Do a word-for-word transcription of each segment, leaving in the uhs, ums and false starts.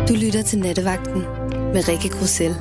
Du lytter til Nattevagten med Rikke Grussel.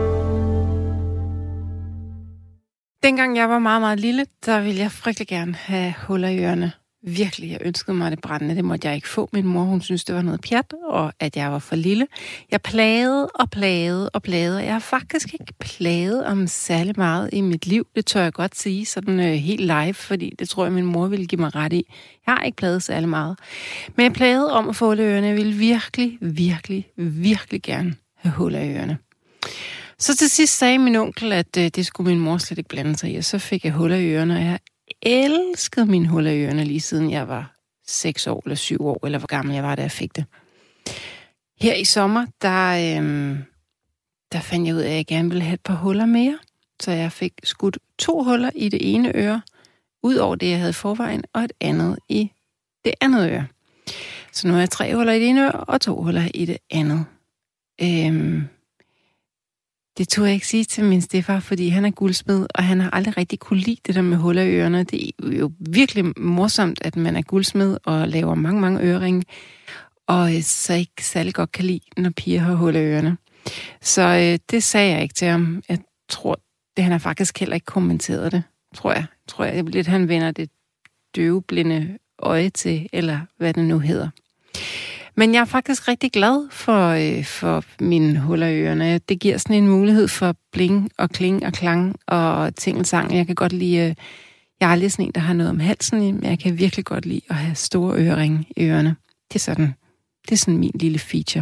Dengang jeg var meget, meget lille, der ville jeg frygtelig gerne have huller i ørerne. Virkelig, jeg ønskede mig det brændende. Det måtte jeg ikke få. Min mor, hun synes det var noget pjat, og at jeg var for lille. Jeg plagede og plagede og plagede. Jeg har faktisk ikke plaget om særlig meget i mit liv. Det tør jeg godt sige, sådan øh, helt live, fordi det tror jeg, min mor ville give mig ret i. Jeg har ikke plaget særlig meget. Men jeg plagede om at få huller i ørerne. Jeg ville virkelig, virkelig, virkelig gerne have huller i ørerne. Så til sidst sagde min onkel, at øh, det skulle min mor slet ikke blande sig i, og så fik jeg huller i ørerne, og jeg elskede mine huller i ørerne lige siden jeg var seks år eller syv år, eller hvor gammel jeg var, da jeg fik det. Her i sommer, der, øhm, der fandt jeg ud af, at jeg gerne ville have et par huller mere, så jeg fik skudt to huller i det ene øre, ud over det, jeg havde i forvejen, og et andet i det andet øre. Så nu har jeg tre huller i det ene øre, og to huller i det andet. Øhm, Det tog jeg ikke sige til min stefar, fordi han er guldsmed, og han har aldrig rigtig kunne lide det der med huller i ørerne. Det er jo virkelig morsomt, at man er guldsmed og laver mange, mange øreringe, og så ikke særlig godt kan lide, når piger har huller i ørerne. Så øh, det sagde jeg ikke til ham. Jeg tror, det han har faktisk heller ikke kommenteret det, tror jeg. Tror jeg lidt, han vender det døveblinde øje til, eller hvad det nu hedder. Men jeg er faktisk rigtig glad for, øh, for mine huller i ørerne. Det giver sådan en mulighed for bling og kling og klang og tingeltang. Jeg kan godt lide, øh, jeg er aldrig sådan en, der har noget om halsen i, men jeg kan virkelig godt lide at have store øreringe i ørerne. Det er sådan, det er sådan min lille feature.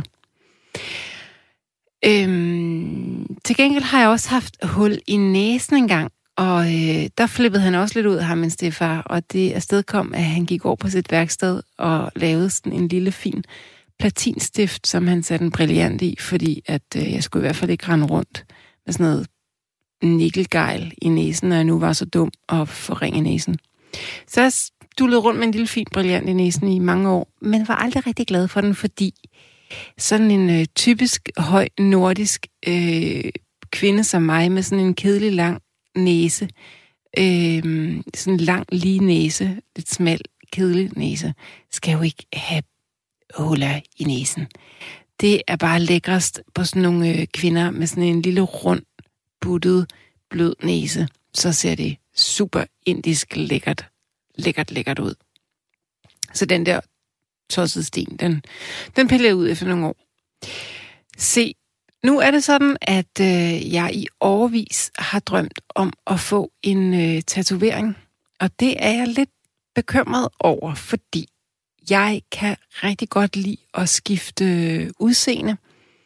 Øhm, til gengæld har jeg også haft hul i næsen engang, og øh, der flippede han også lidt ud af ham, min stefar, og det afstedkom, at han gik over på sit værksted og lavede sådan en lille fin platinstift, som han satte en brillant i, fordi at øh, jeg skulle i hvert fald ikke rende rundt med sådan noget nikkelgejl i næsen, når jeg nu var så dum og forringe næsen. Så jeg stullede rundt med en lille fin brillant i næsen i mange år, men var aldrig rigtig glad for den, fordi sådan en øh, typisk høj nordisk øh, kvinde som mig, med sådan en kedelig lang næse, øh, sådan en lang lige næse, lidt smal, kedelig næse, skal jo ikke have huller i næsen. Det er bare lækrest på sådan nogle øh, kvinder med sådan en lille rund, buttet, blød næse. Så ser det super indisk lækkert, lækkert, lækkert ud. Så den der tossede sten, den, den piller jeg ud efter nogle år. Se, nu er det sådan, at øh, jeg i årevis har drømt om at få en øh, tatovering. Og det er jeg lidt bekymret over, fordi jeg kan rigtig godt lide at skifte øh, udseende.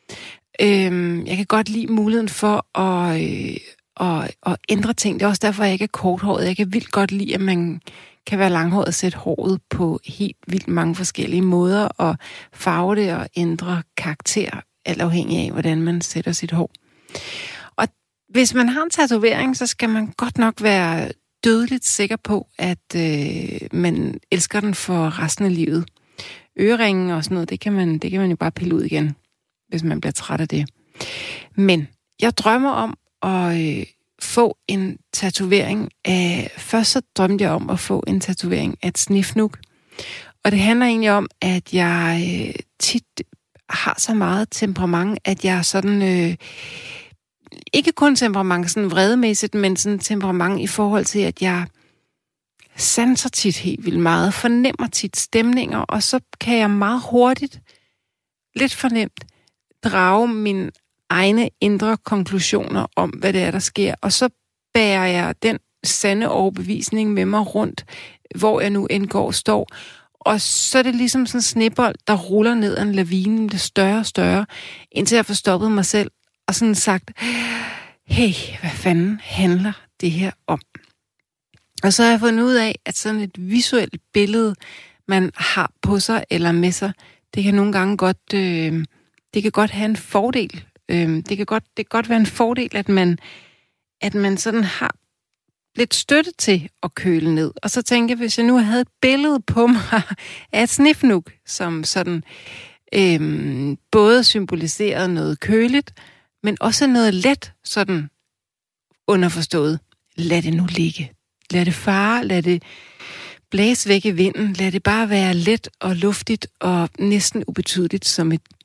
Øhm, jeg kan godt lide muligheden for at, øh, at, at ændre ting. Det er også derfor, jeg ikke er korthåret. Jeg kan vildt godt lide, at man kan være langhåret og sætte håret på helt vildt mange forskellige måder, og farve det og ændre karakter, alt afhængig af, hvordan man sætter sit hår. Og hvis man har en tatovering, så skal man godt nok være dødeligt sikker på, at øh, man elsker den for resten af livet. Øreringen og sådan noget, det kan man, det kan man jo bare pille ud igen, hvis man bliver træt af det. Men jeg drømmer om at øh, få en tatovering af... Først så drømte jeg om at få en tatovering af et snifnuk. Og det handler egentlig om, at jeg øh, tit har så meget temperament, at jeg sådan... Øh, ikke kun temperament sådan vredemæssigt, men sådan temperament i forhold til, at jeg sanser tit helt vildt meget, fornemmer tit stemninger, og så kan jeg meget hurtigt, lidt fornemt, drage mine egne indre konklusioner om, hvad det er, der sker, og så bærer jeg den sande overbevisning med mig rundt, hvor jeg nu indgår og står, og så er det ligesom sådan en snebold, der ruller ned ad en lavine, det større og større, indtil jeg får stoppet mig selv, og sådan sagt, hey, hvad fanden handler det her om? Og så har jeg fundet ud af, at sådan et visuelt billede, man har på sig eller med sig, det kan nogle gange godt, øh, det kan godt have en fordel. Øh, det kan godt, det kan godt være en fordel, at man, at man sådan har lidt støtte til at køle ned. Og så tænker jeg, hvis jeg nu havde et billede på mig af et snifnuk, som sådan øh, både symboliserede noget køligt, men også noget let, sådan underforstået. Lad det nu ligge. Lad det fare, lad det blæse væk i vinden. Lad det bare være let og luftigt og næsten ubetydeligt som et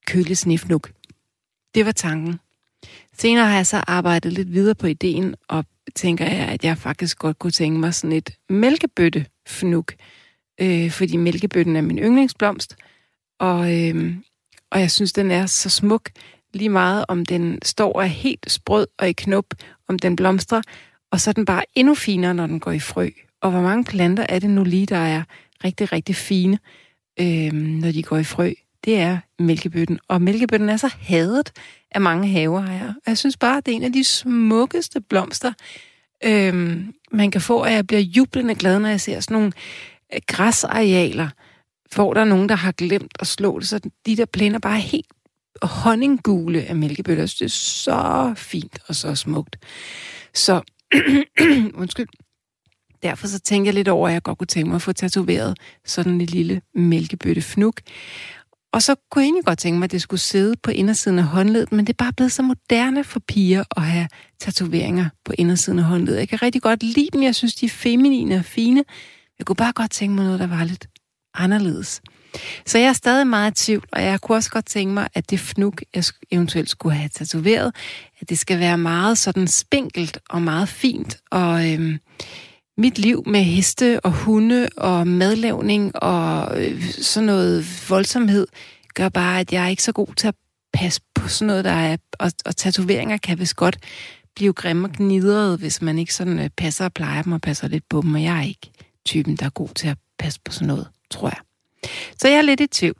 kølesnifnuk. Det var tanken. Senere har jeg så arbejdet lidt videre på ideen, og tænker jeg, at jeg faktisk godt kunne tænke mig sådan et mælkebøttefnuk, øh, fordi mælkebøtten er min yndlingsblomst, og, øh, og jeg synes, den er så smuk, lige meget om den står er helt sprød og i knop, om den blomstrer, og så er den bare endnu finere, når den går i frø. Og hvor mange planter er det nu lige, der er rigtig, rigtig fine, øh, når de går i frø? Det er mælkebøtten. Og mælkebøtten er så hadet af mange haveejere. Jeg synes bare, at det er en af de smukkeste blomster, øh, man kan få, og jeg bliver jublende glad, når jeg ser sådan nogle græsarealer, hvor der er nogen, der har glemt at slå det, så de der plæner bare helt honninggule af mælkebøtter. Det er så fint og så smukt. Så, undskyld. Derfor så tænker jeg lidt over, at jeg godt kunne tænke mig at få tatoveret sådan en lille mælkebøttefnuk. Og så kunne jeg egentlig godt tænke mig, at det skulle sidde på indersiden af håndledet, men det er bare blevet så moderne for piger at have tatoveringer på indersiden af håndledet. Jeg kan rigtig godt lide dem. Jeg synes, de er feminine og fine. Jeg kunne bare godt tænke mig noget, der var lidt anderledes. Så jeg er stadig meget i tvivl, og jeg kunne også godt tænke mig, at det fnuk, jeg eventuelt skulle have tatoveret, at det skal være meget sådan spinkelt og meget fint. Og øhm, mit liv med heste og hunde og madlavning og øh, sådan noget voldsomhed gør bare, at jeg er ikke så god til at passe på sådan noget, der er. Og, og tatoveringer kan vist godt blive grimme og gnidrede, hvis man ikke sådan øh, passer og plejer dem og passer lidt på dem. Og jeg er ikke typen, der er god til at passe på sådan noget, tror jeg. Så jeg er lidt i tvivl.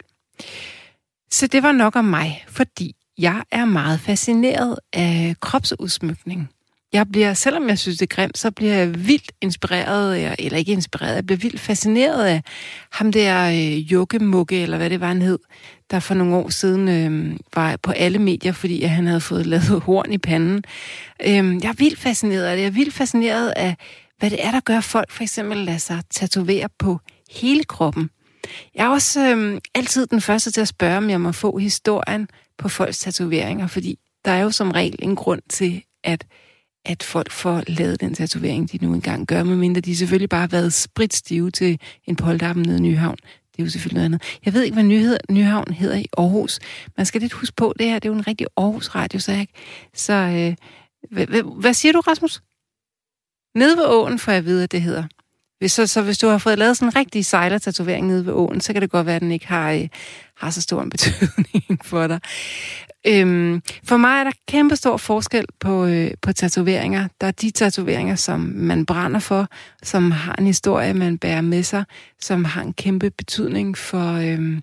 Så det var nok om mig, fordi jeg er meget fascineret af kropsudsmykning. Jeg bliver, selvom jeg synes, det er grimt, så bliver jeg vildt inspireret, eller ikke inspireret, jeg bliver vildt fascineret af ham der øh, Jukkemukke, eller hvad det var, han hed, der for nogle år siden øh, var på alle medier, fordi han havde fået lavet horn i panden. Øh, jeg er vildt fascineret af det. Jeg er vildt fascineret af, hvad det er, der gør folk for eksempel lader sig tatovere på hele kroppen. Jeg er også øh, altid den første til at spørge, om jeg må få historien på folks tatoveringer, fordi der er jo som regel en grund til, at, at folk får lavet den tatovering, de nu engang gør, medmindre de selvfølgelig bare har været spritstive til en polterappen nede i Nyhavn. Det er jo selvfølgelig noget andet. Jeg ved ikke, hvad Nyhed, Nyhavn hedder i Aarhus. Man skal lidt huske på, det her det er jo en rigtig Aarhus-radio, så, jeg, så øh, hvad, hvad, hvad siger du, Rasmus? Nede ved åen får jeg vide, at det hedder. Hvis, så, så hvis du har fået lavet sådan en rigtig sejlertatovering nede ved åen, så kan det godt være, at den ikke har, øh, har så stor en betydning for dig. Øhm, for mig er der kæmpe stor forskel på, øh, på tatoveringer. Der er de tatoveringer, som man brænder for, som har en historie, man bærer med sig, som har en kæmpe betydning for, øh,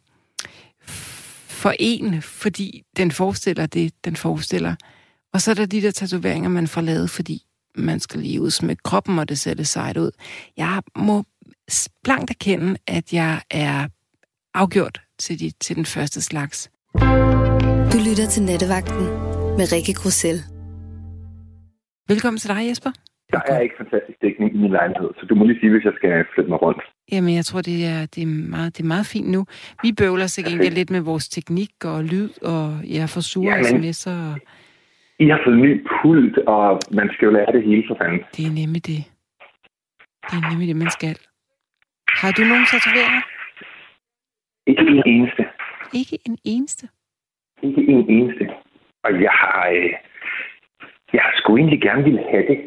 for en, fordi den forestiller det, den forestiller. Og så er der de der tatoveringer, man får lavet, fordi man skal lige udsmykke kroppen, og det ser det sejt ud. Jeg må blankt erkende, at jeg er afgjort til, de, til den første slags. Du lytter til Nattevagten med Rikke Grussel. Velkommen til dig, Jesper. Der er ikke fantastisk dækning i min lejlighed, så du må lige sige, hvis jeg skal flytte mig rundt. Jamen, jeg tror, det er, det er, meget, det er meget fint nu. Vi bøvler sig egentlig lidt med vores teknik og lyd, og jeg får sure ja, sms'er. Og... I har fået ny pult, og man skal jo lære det hele for fanden. Det er nemlig det. Det er nemlig det, man skal. Har du nogen tatoveringer? Ikke en eneste. Ikke en eneste? Ikke en eneste. Og jeg har... Øh, jeg har sgu egentlig gerne ville have det.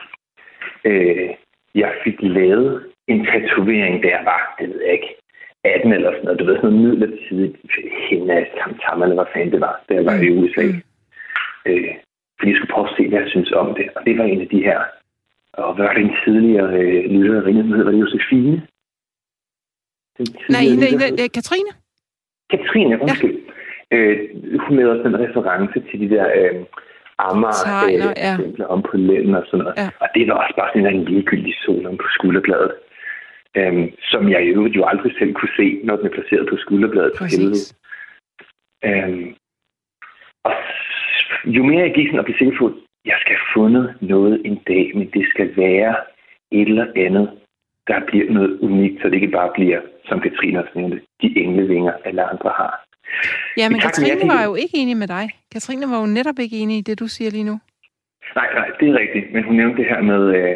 Øh, jeg fik lavet en tatovering, der var, det ved jeg ikke, atten eller sådan noget. Du ved, sådan noget midlertidigt henad, tam-tam, eller hvad fanden det var, da jeg var i U S A. Mm. Øh, fordi jeg skulle prøve at se, hvad jeg synes om det. Og det var en af de her... Og hvad var det en tidligere øh, lytterinde, som hedder? Var det Josefine? Nej, nej, nej, Katrine? Katrine, undskyld. Ja. Øh, hun lavede også en reference til de der øh, Amager-eksempler øh, om på lænden og sådan noget. Ja. Og det var også bare sådan en ligegyldig sol om på skulderbladet. Øh, som jeg i øvrigt jo aldrig selv kunne se, når den er placeret på skulderbladet. Præcis. Øh, og jo mere jeg gik sådan og blev sikker på, jeg skal have fundet noget en dag, men det skal være et eller andet, der bliver noget unikt, så det ikke bare bliver, som Katrine også nævnte, de englevinger, alle andre har. Ja, men Katrine var jo ikke enig med dig. Katrine var jo netop ikke enig i det, du siger lige nu. Nej, nej, det er rigtigt. Men hun nævnte det her med,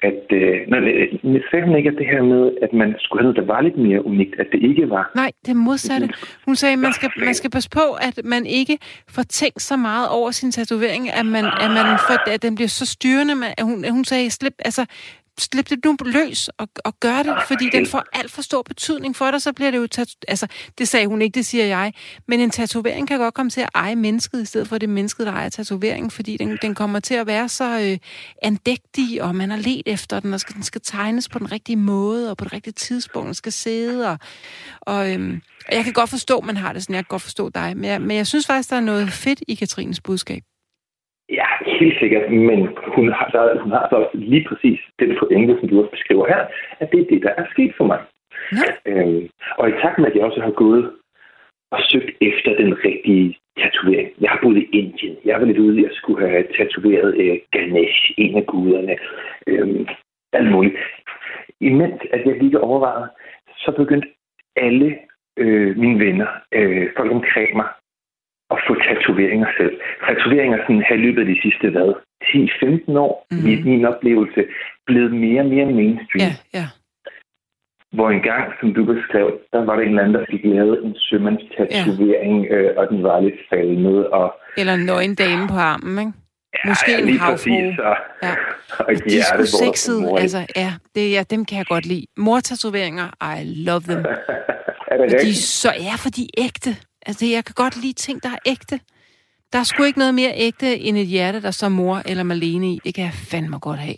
at... Øh, nej, sagde hun ikke, at det her med, at man skulle have noget, der var lidt mere unikt, at det ikke var... Nej, det modsatte. Hun sagde, at man skal, man skal passe på, at man ikke får tænkt så meget over sin tatovering, at, man, at, man får, at den bliver så styrende. At hun, hun sagde, slip, altså, slip det nu løs og, og gør det, fordi den får alt for stor betydning for dig, så bliver det jo... Tatu- altså, det sagde hun ikke, det siger jeg. Men en tatovering kan godt komme til at eje mennesket, i stedet for det mennesket, der ejer tatoveringen, fordi den, den kommer til at være så øh, andægtig, og man har let efter den, og skal, den skal tegnes på den rigtige måde, og på det rigtige tidspunkt, den skal sidde, og... og øhm, jeg kan godt forstå, man har det sådan, jeg kan godt forstå dig, men jeg, men jeg synes faktisk, der er noget fedt i Katrines budskab. Ja, helt sikkert, men hun har, der, hun har så lige præcis den pointe, som du også beskriver her, at det er det, der er sket for mig. Ja. Øhm, og i takt med, at jeg også har gået og søgt efter den rigtige tatovering. Jeg har boet i Indien. Jeg var lidt ude i at skulle have tatoveret øh, Ganesh, en af guderne. Øhm, alt muligt. Imens at jeg lige overvejede, så begyndte alle øh, mine venner, øh, folk omkring mig, at få tatoveringer selv. Tatoveringer sådan her i løbet af de sidste, hvad, ti til femten år, mm-hmm. i min oplevelse, blevet mere og mere mainstream. Ja, ja. Hvor en gang, som du beskrev, der var der en eller anden, der fik lavet en sømandstatovering, ja. øh, og den var lidt falmet. Og... Eller en nøgen dame på armen, ikke? Ja, måske ja, en havfrue. Og, ja. og de er hjerte, sgu sexede. Altså, ja, det, ja, dem kan jeg godt lide. Mortatoveringer, I love them. Er det de er så, ja, for de er ægte. Altså, jeg kan godt lide ting, der er ægte. Der er sgu ikke noget mere ægte end et hjerte, der så mor eller Marlene i. Det kan jeg fandme godt have.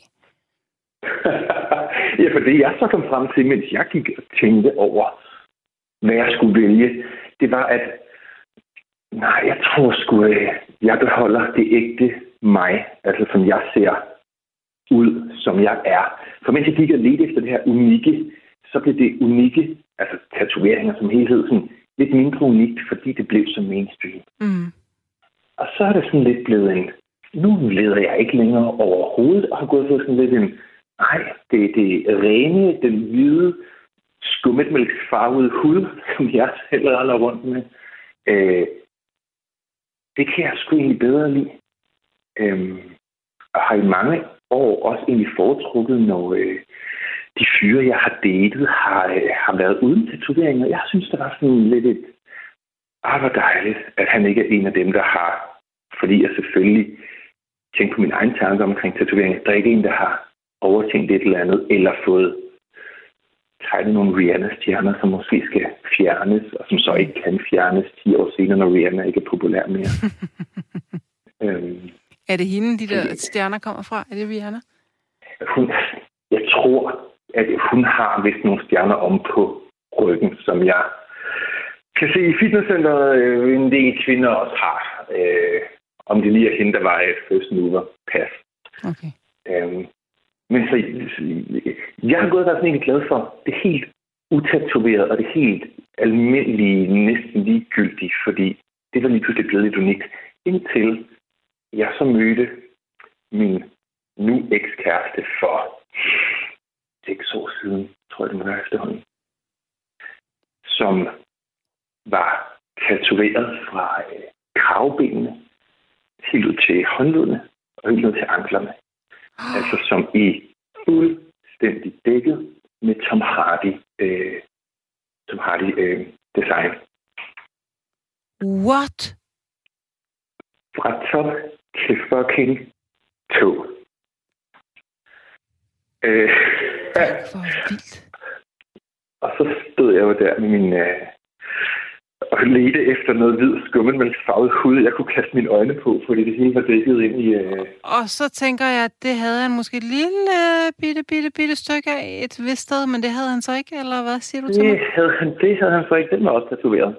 Ja, for det jeg så kom frem til, mens jeg gik og tænkte over, hvad jeg skulle vælge, det var, at nej, jeg tror sgu, at jeg beholder det ægte mig, altså som jeg ser ud, som jeg er. For mens jeg gik og ledte efter det her unikke, så blev det unikke, altså tatoveringer som helhed, sådan lidt mindre unikt, fordi det blev så mainstream. Mm. Og så er det sådan lidt blevet en, nu leder jeg ikke længere overhovedet, og har gået for sådan lidt en, nej, det er det rene, den hvide, skummetmælksfarvede hud, som jeg selv render rundt med. Øh, det kan jeg sgu egentlig bedre lide. Øh, og har i mange år også egentlig foretrukket, når øh, de fyre, jeg har datet, har, øh, har været uden tatoveringer. Jeg synes, der var sådan lidt et, ah, hvor dejligt, at han ikke er en af dem, der har, fordi jeg selvfølgelig tænker på mine egne tanker omkring tatoveringer, der er ikke en, der har overtænkt et eller andet, eller fået tegnet nogle Rihanna-stjerner, som måske skal fjernes, og som så ikke kan fjernes ti år senere, når Rihanna ikke er populær mere. øhm, er det hende, de der stjerner kommer fra? Er det Rihanna? Hun, jeg tror, at hun har vist nogle stjerner om på ryggen, som jeg kan se i fitnesscenteret, øh, en del kvinder også har. Øh, om det lige er hende, der var et first mover. Pas. Okay. Øhm, men så, jeg har gået og været sådan egentlig glad for det helt utatoveret og det helt almindelige, næsten ligegyldige, fordi det var lige pludselig blevet lidt unikt. Indtil jeg så mødte min nu ekskæreste for seks år siden, tror jeg det må være efterhånden, som var tatoveret fra øh, kravbenene helt ud til håndledene og helt ud til anklerne. Oh. Altså som i fuldstændig dækket med Tom Hardy, øh, Tom Hardy øh, design. What? Fra top til fucking to. Øh, Hvor vildt. Og så stod jeg jo der med min øh, og ledte efter noget hvid skummetmælksfarvet hud, jeg kunne kaste mine øjne på, fordi det hele var dækket ind i... Øh... Og så tænker jeg, at det havde han måske et lille bitte, bitte, bitte stykke af et vist sted, men det havde han så ikke, eller hvad siger du til mig? Det havde han, det havde han så ikke. Den var også tatoveret.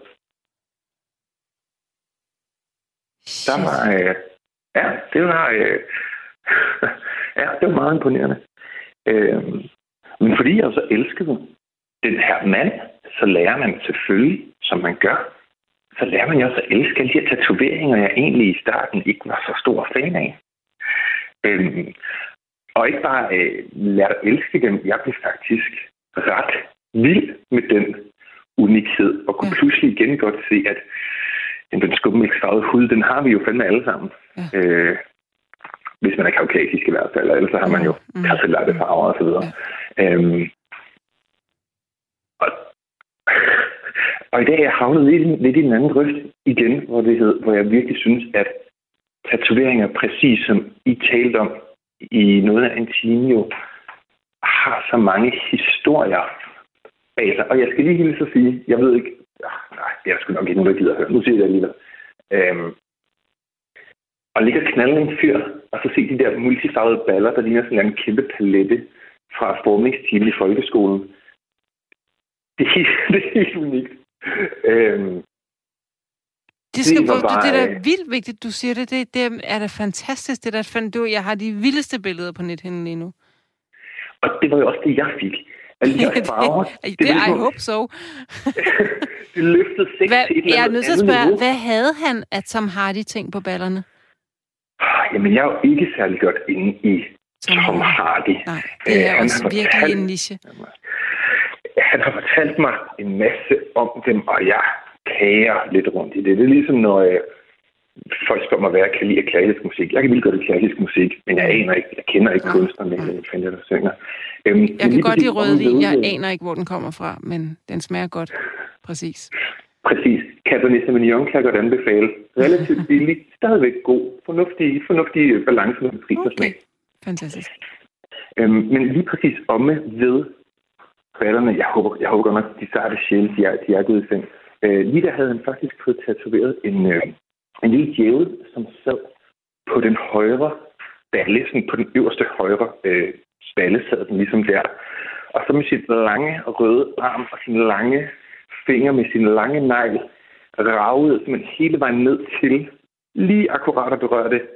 Shit. Der var... Øh... Ja, det var... Øh... ja, det var meget imponerende. Øh... Men fordi jeg så elskede den her mand, så lærer man selvfølgelig, som man gør, så lærer man jo også at elske alle de her tatoveringer, jeg egentlig i starten ikke var så stor fan af. Øhm, og ikke bare øh, lære at elske dem, jeg blev faktisk ret vild med den unikhed, og kunne ja. pludselig igen godt se, at den skummetmælksfarvede hud, den har vi jo fandme alle sammen. Ja. Øh, hvis man er kaukasisk i hvert fald, ellers så har man jo mm. kastellatte farver og så videre. Ja. Øhm, og, og i dag er jeg havnet lidt, lidt i den anden grøft igen, hvor, det hed, hvor jeg virkelig synes, at tatoveringer, præcis som I talte om i noget af en time, jo har så mange historier bag sig. Og jeg skal lige hilse at sige, jeg ved ikke, ah, nej, det er sgu nok ikke nogen, der gider at høre. Nu siger jeg det alligevel. Øhm, og ligger knalden en fyr, og så se de der multifarvede baller, der ligner sådan en kæmpe palette fra formningstimen i folkeskolen. Det er, det er helt unikt. Øhm, Det, skal, det, bare, det, det er da vildt vigtigt, du siger det. Det, det er da fantastisk. Det er da, du, jeg har de vildeste billeder på nethinden lige nu. Og det var jo også det, jeg fik. Alle de her farver. det, det, det I hope so. Det løftede sex hvad, til et Jeg er nødt til at spørge, niveau. hvad havde han at Tom Hardy ting på ballerne? Jamen, jeg er jo ikke særlig godt inde i Tom, Tom Hardy. Nej, det er øh, også virkelig fortalt, en niche. Han har fortalt mig en masse om dem, og jeg kager lidt rundt i det. Det er ligesom, når øh, folk spørger mig, hvad jeg kan lide af klassisk musik. Jeg kan vildt godt lide klassisk musik, men jeg aner ikke, jeg kender ikke ja. kunstnerne, eller hvad fanden der synger. Øhm, jeg kan godt lide rødvin, jeg aner ikke, hvor den kommer fra, men den smager godt. Præcis. Præcis. Cabernet Sauvignon kan jeg godt anbefale. Relativt billig, stadigvæk god, fornuftig, fornuftig balance med pris og smag. Fantastisk. Øhm, men lige præcis omme ved ballerne, jeg håber, jeg håber godt nok, de sarte sjæle, de er, de er gået i seng. Øh, lige der havde han faktisk fået tatoveret en, øh, en lille djævel, som sad på den højre balle, sådan på den øverste højre øh, balle, sad den ligesom der. Og så med sin lange røde arm og sine lange fingre med sine lange negl ragede simpelthen hele vejen ned til lige akkurat at berøre det.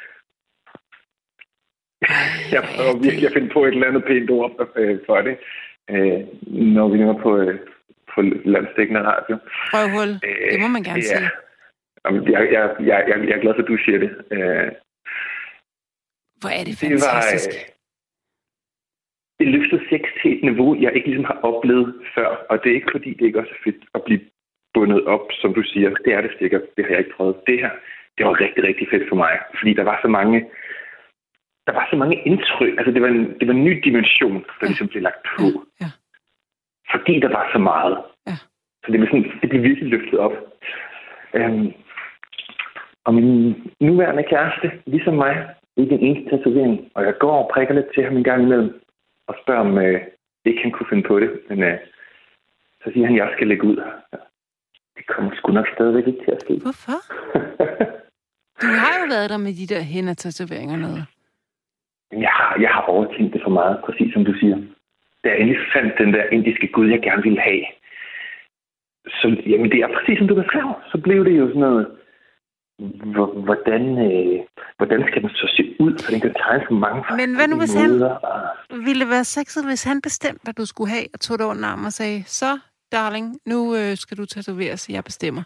Jeg prøver virkelig at finde på et eller andet pænt ord øh, for det, øh, når vi nu er på, øh, på landsdækkende radio. Røvhul, øh, det må man gerne ja. sige. Jeg, jeg, jeg, jeg, jeg er glad for, at du siger det. Øh, Hvor er det fantastisk. Det, var, øh, det løftede sex til et niveau, jeg ikke ligesom har oplevet før. Og det er ikke fordi, det ikke også er fedt at blive bundet op, som du siger. Det er det sikkert. Det har jeg ikke prøvet. Det her, det var rigtig, rigtig fedt for mig. Fordi der var så mange... Der var så mange indtryk. Altså, det var en, det var en ny dimension, der ja. ligesom blev lagt på. Ja. Ja. Fordi der var så meget. Ja. Så det blev, sådan, det blev virkelig løftet op. Øhm, og min nuværende kæreste, ligesom mig, ikke en eneste tatovering. Og jeg går og prikker lidt til ham en gang imellem. Og spørger, om øh, ikke han kunne finde på det. Men øh, så siger han, at jeg skal lægge ud. Det kommer sgu nok stadigvæk ikke til at ske. Hvorfor? Du har jo været der med de der hænder-tatoveringer noget. Jeg har, jeg har overtænkt det for meget, præcis som du siger. Da jeg endelig fandt den der indiske gud, jeg gerne ville have, så jamen det er præcis som du beskrev. Så blev det jo sådan noget, hvordan, øh, hvordan skal den så se ud, for den kan tegne så mange Men hvad nu, hvis han og... ville være sexet, hvis han bestemte, hvad du skulle have, og tog dig under armen og sagde, så darling, nu øh, skal du tatoveres, jeg bestemmer.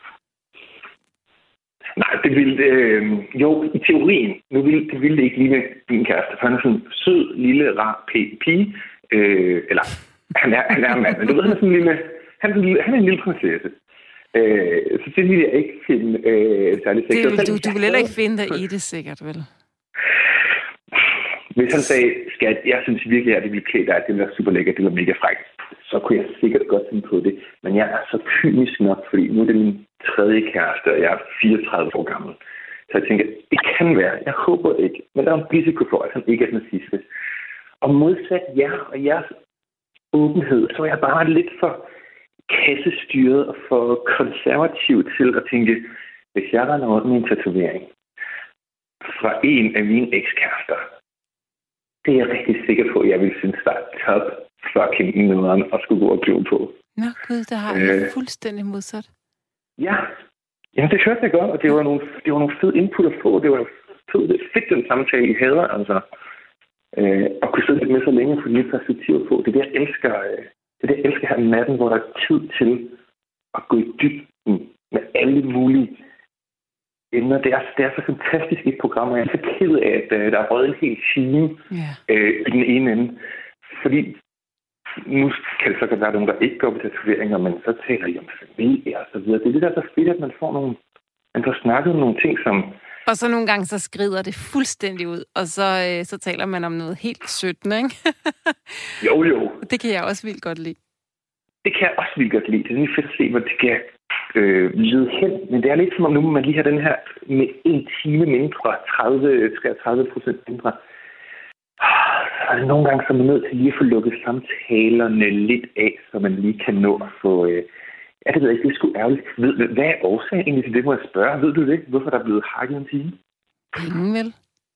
Nej, det ville... Øh, jo, i teorien. Nu ville det, ville det ikke lige med din kæreste, for han er sådan en sød, lille, rar pige. Øh, eller, han er, han er en mand, men du ved, han er sådan en lille... Han er en lille, han er en lille prinsesse. Øh, så det ville jeg ikke finde øh, særlig sikkert. Du, du vil heller ikke finde dig i det sikkert, vel? Hvis han sagde, skat, jeg synes virkelig, at det ville klæde dig, at det ville være super lækkert, det var mega frækt, så kunne jeg sikkert godt finde på det. Men jeg er så kynisk nok, fordi nu er det min tredje kæreste, og jeg er fireogtredive år gammel. Så jeg tænker, det kan være. Jeg håber ikke. Men der er en risiko for, at han ikke er den sidste. Og modsat jer og jeres åbenhed, så er jeg bare lidt for kassestyret og for konservativ til at tænke, hvis jeg render rundt med en tatovering fra en af mine ekskærester, det er jeg rigtig sikker på, at jeg vil synes, der er top fucking nederen at skulle gå og klå på. Nå gud, der har jeg øh, fuldstændig modsat. Ja, ja, det hørte jeg godt, og det var nogle, det var nogle fede input at få. Det var fedt, fedt den samtale, I havde, altså. Øh, og kunne sidde lidt med så længe og få nye perspektiver på. Det er det, jeg elsker, øh, det er det, jeg elsker her i natten, hvor der er tid til at gå i dybden med alle mulige emner. Det er, det er så fantastisk et program, og jeg er så ked af, at uh, der er røget en hel time yeah. øh, i den ene ende. Fordi nu kan det så godt være nogen, der ikke går på tatoveringer, men så taler I om familie og så videre. Det er det der, der fedt, at man får nogle, man får snakket om nogle ting, som... Og så nogle gange, så skrider det fuldstændig ud, og så, øh, så taler man om noget helt syttende, ikke? Jo, jo. Det kan jeg også vildt godt lide. Det kan jeg også vildt godt lide. Det er sådan fedt at se, hvor det kan øh, lede hen. Men det er lidt som om nu, man lige har den her med en time mindre, tredive, tredive procent mindre. Så er det nogle gange, så er man nødt til lige at få lukket samtalerne lidt af, så man lige kan nå at få... Øh, ja, det ved jeg ikke, det er sgu ærgerligt. Ved, hvad er årsagen egentlig til det, må jeg spørge? Ved du det? Hvorfor der er blevet hakket en time? Ingen vel?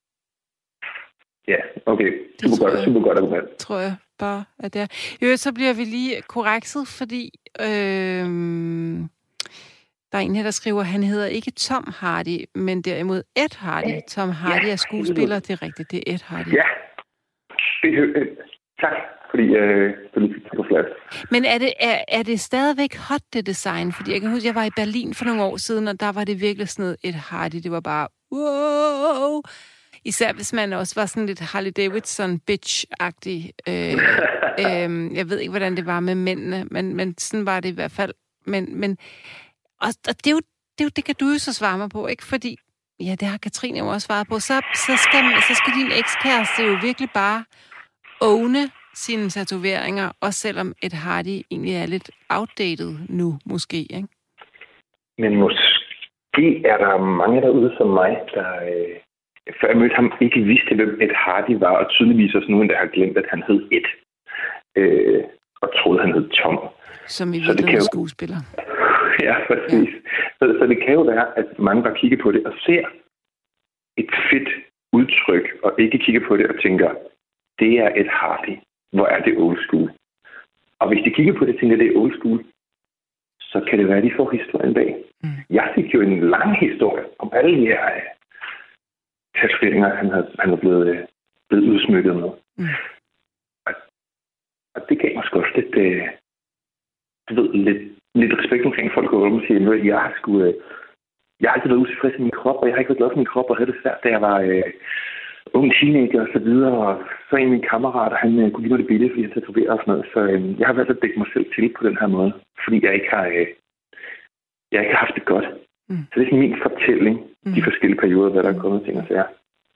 Ja, okay. Super godt, super godt argument. Tror jeg bare, at det er. Jo, så bliver vi lige korrekset, fordi øh, der er en her, der skriver, at han hedder ikke Tom Hardy, men derimod Ed Hardy. Tom Hardy er skuespiller, det er rigtigt, det er Ed Hardy. Ja, det er tak, fordi øh, du lige fik på plads. Men er det, er, er det stadigvæk hot, det design? Fordi jeg kan huske, jeg var i Berlin for nogle år siden, og der var det virkelig sådan noget Ed Hardy. Det var bare, wow! Især hvis man også var sådan lidt Harley Davidson bitch-agtig. Øh, øh, jeg ved ikke, hvordan det var med mændene, men, men sådan var det i hvert fald. Men, men og, og det, er jo, det er jo, det kan du jo så svare mig på, ikke? Fordi, ja, det har Katrine jo også svaret på. Så, så, skal, så skal din ekskæreste jo virkelig bare owne sine tatoveringer, også selvom et Hardy egentlig er lidt outdated nu, måske, ikke? Men måske er der mange derude som mig, der... Øh før jeg mødte ham, ikke vidste, hvem Ed Hardy var, og tydeligvis også nogen, der har glemt, at han hed Ed. Øh, og troede, han hed Tom. Som i virkeligheden jo... skuespiller. Ja, præcis. Ja. Så, så det kan jo være, at mange bare kigger på det og ser et fedt udtryk, og ikke kigger på det og tænker, det er Ed Hardy. Hvor er det old school? Og hvis de kigger på det og tænker, det er old school, så kan det være, at de får historien bag. Mm. Jeg fik jo en lang historie om alle de her tatoveringer, han har, han er blevet, blevet udsmykket med. Mm. Og, og det gav mig sgu også lidt, øh, du ved, lidt, lidt respekt omkring folk, og åbent siger, at jeg har sgu, øh, jeg har altid været utilfreds i min krop, og jeg har ikke været glad for min krop, og havde det svært, da jeg var øh, ung teenager og så videre, og så en af mine kammerater, han øh, kunne give mig det billede, fordi jeg tatoverer og sådan noget, så øh, jeg har valgt at dække mig selv til på den her måde, fordi jeg ikke har, øh, jeg ikke har haft det godt. Mm. Så det er sådan min fortælling, mm. de forskellige perioder, hvad der er kommet ting og sager.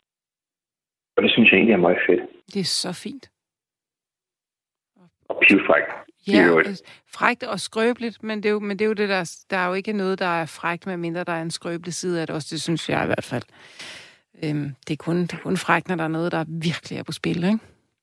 Og det synes jeg egentlig er meget fedt. Det er så fint. Og pivfrækt. Ja, frækt og skrøbeligt, men det er jo, men det er jo det, der, der er jo ikke noget, der er frækt, medmindre der er en skrøbelig side af det også, det synes jeg i hvert fald. Øhm, det, er kun, det er kun frækt, når der er noget, der virkelig er på spil, ikke?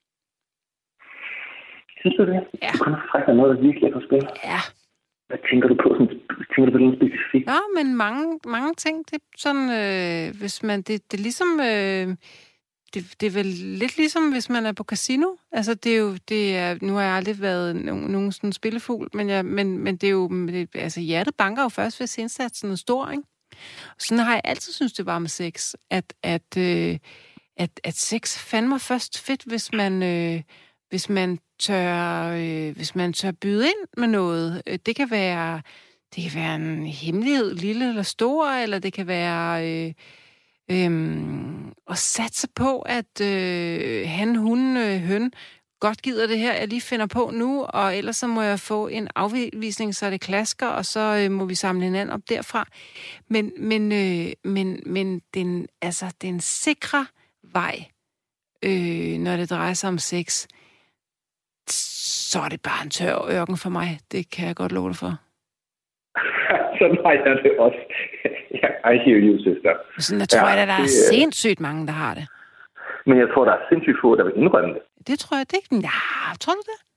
Synes du det? Ja. Det er kun frækt, når noget, der virkelig er på spil? Ja. Hvad tænker du på? Sådan, tænker du på noget specifikt? Ja, men mange, mange ting, det er sådan, øh, hvis man, det, det er ligesom... Øh, Det, det er vel lidt ligesom, hvis man er på casino. Altså, det er jo, det er, nu har jeg aldrig været nogen, nogen sådan spillefugl, men, jeg, men, men det er jo, det, altså hjertet banker jo først, hvis indsatsen er stor, ikke? Og sådan har jeg altid synes det var med sex, at, at, øh, at, at sex fandme først fedt, hvis man, øh, hvis man tør, øh, hvis man tør byde ind med noget. Det kan være, det kan være en hemmelighed, lille eller stor, eller det kan være... Øh, Øhm, og satse på, at øh, han, hun, øh, høn godt gider det her, jeg lige finder på nu, og ellers så må jeg få en afvisning, så det klasker, og så øh, må vi samle hinanden op derfra. Men, men, øh, men, men den, altså, den sikre vej, øh, når det drejer sig om sex, så er det bare en tør ørken for mig. Det kan jeg godt love dig for. Sådan har jeg det også. I hear you, sister. Sådan, jeg tror, ja, at der er det, sindssygt mange, der har det. Men jeg tror, der er sindssygt få, der vil indrømme det. Det tror jeg det ikke. Ja, tror du det?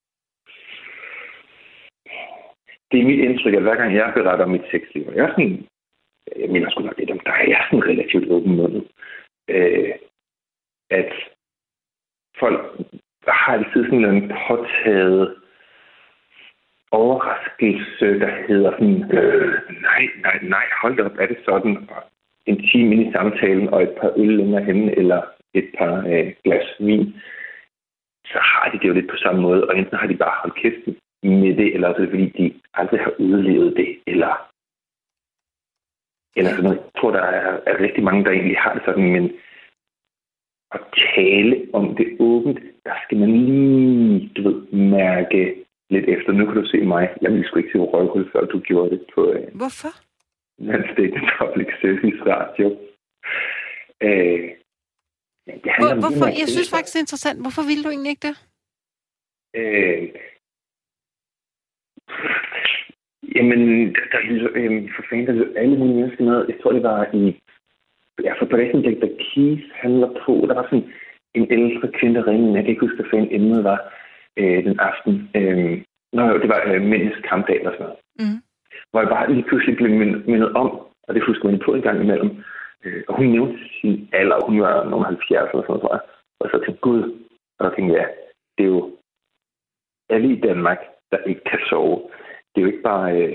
Det er mit indtryk, at hver gang jeg beretter om mit sexliv, jeg er sådan, jeg mener sgu nok lidt om dig, jeg er sådan relativt åben mundet, øh, at folk har altid sådan en påtaget overraskelse, der hedder sådan, øh, nej, nej, nej, hold op, er det sådan, og en time ind i samtalen, og et par øl længere henne, eller et par øh, glas vin, så har de det jo lidt på samme måde, og enten har de bare holdt kæft med det, eller også er det, fordi de aldrig har udlevet det, eller, eller sådan noget. Jeg tror, der er, er rigtig mange, der egentlig har det sådan, men at tale om det åbent, der skal man lige, du ved, mærke lidt efter. Nu kan du se mig. Jeg ville sgu ikke se røvhul, før du gjorde det på... Øh, Hvorfor? Landsdækkende public service radio. Øh, det Hvor, hvorfor? Jeg synes faktisk, det er interessant. Hvorfor ville du egentlig ikke det? Øh, jamen, der, der øh, for fanden, der lød alle mulige mennesker med. Jeg tror, det var i... Ja, for på det sådan, da Keith, han var på, der var sådan en ældre kvinde, der ringede. Jeg kan ikke huske, hvad fanden emnet var øh, den aften. Øh, Nå, det var øh, mændenes kampdag eller sådan noget. Mm. Hvor jeg bare lige pludselig blev mindet om, og det husker man på en gang imellem. Øh, og hun nævnte sin alder, hun var nogle halvfjerds eller sådan noget, tror jeg. Og så tænkte gud, og jeg tænkte, ja, det er jo alle i Danmark, der ikke kan sove. Det er jo ikke bare, øh,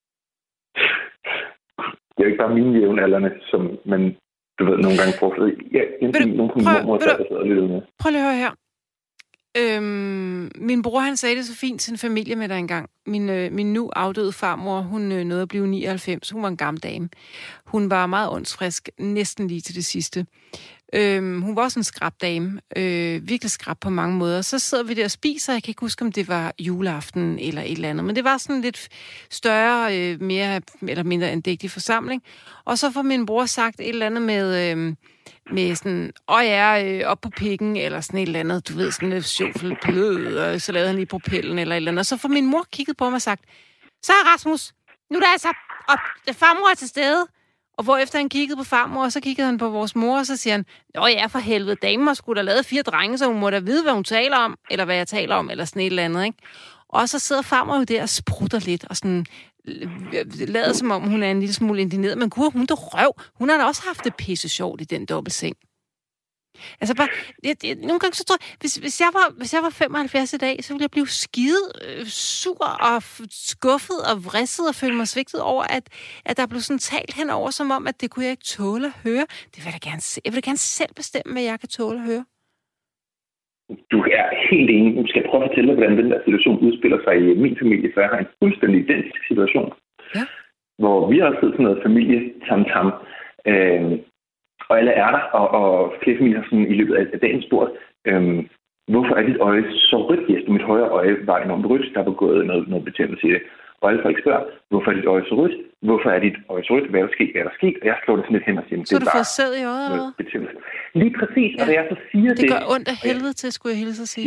det er jo ikke bare mine jævnaldrende, som man, du ved, nogle gange får. Ja, enten nogen på min mormor, der sidder og lytter med. Prøv lige at høre her. Øhm, min bror, han sagde det så fint til en familie med dig engang. Min, øh, min nu afdøde farmor, hun øh, nåede at blive nioghalvfems. Hun var en gammel dame. Hun var meget åndsfrisk, næsten lige til det sidste. Øhm, hun var også en skrabdame. Øh, virkelig skrab på mange måder. Så sidder vi der og spiser. Jeg kan ikke huske, om det var juleaften eller et eller andet. Men det var sådan lidt større, øh, mere eller mindre andægtig forsamling. Og så får min bror sagt et eller andet med... Øh, med sådan, åh ja, øh, op på pikken, eller sådan et eller andet, du ved, sådan lidt sjovt, og så lavede han lige propellen, eller et eller andet. Og så får min mor kigget på mig og sagt, så Rasmus, nu er der altså, og farmor er til stede. Og hvorefter han kiggede på farmor, og så kiggede han på vores mor, og så siger han, åh ja, for helvede, damer skulle da lavet fire drenge, så hun må da vide, hvad hun taler om, eller hvad jeg taler om, eller sådan et eller andet, ikke? Og så sidder farmor jo der og sprutter lidt, og sådan lader som om, hun er en lille smule indigneret, men gud, hun der røv. Hun har da også haft det pisse sjovt i den dobbeltseng. Altså bare, jeg, jeg, nogle gange så tror jeg, hvis, hvis, jeg var, hvis jeg var femoghalvfjerds i dag, så ville jeg blive skide øh, sur og skuffet og vrisset og føle mig svigtet over, at, at der blev sådan talt henover, som om, at det kunne jeg ikke tåle at høre. Det vil jeg da gerne se. Jeg vil da gerne selv bestemme, hvad jeg kan tåle at høre. Du er helt enig. Nu skal jeg prøve at fortælle dig, hvordan den der situation udspiller sig i min familie, for jeg har en fuldstændig identisk situation. Ja. Hvor vi har siddet sådan noget familie-tam-tam, øh, og alle er der, og, og flere familier har sådan i løbet af dagen spurgt, øh, hvorfor er dit øje så rødt? Yes, mit højre øje var enormt rødt, der var gået noget, noget betændelse i det. Og alle folk spørger, hvorfor er dit øje så rødt? Hvorfor er dit øje så rødt? Hvad er der sket? Hvad er der sket? Og jeg slår det sådan lidt hen og siger, så du får sæd i øjet, eller betændelse. Lige præcis, ja. Og da jeg så siger det... Det gør ondt af helvede til, skulle jeg hilse at sige.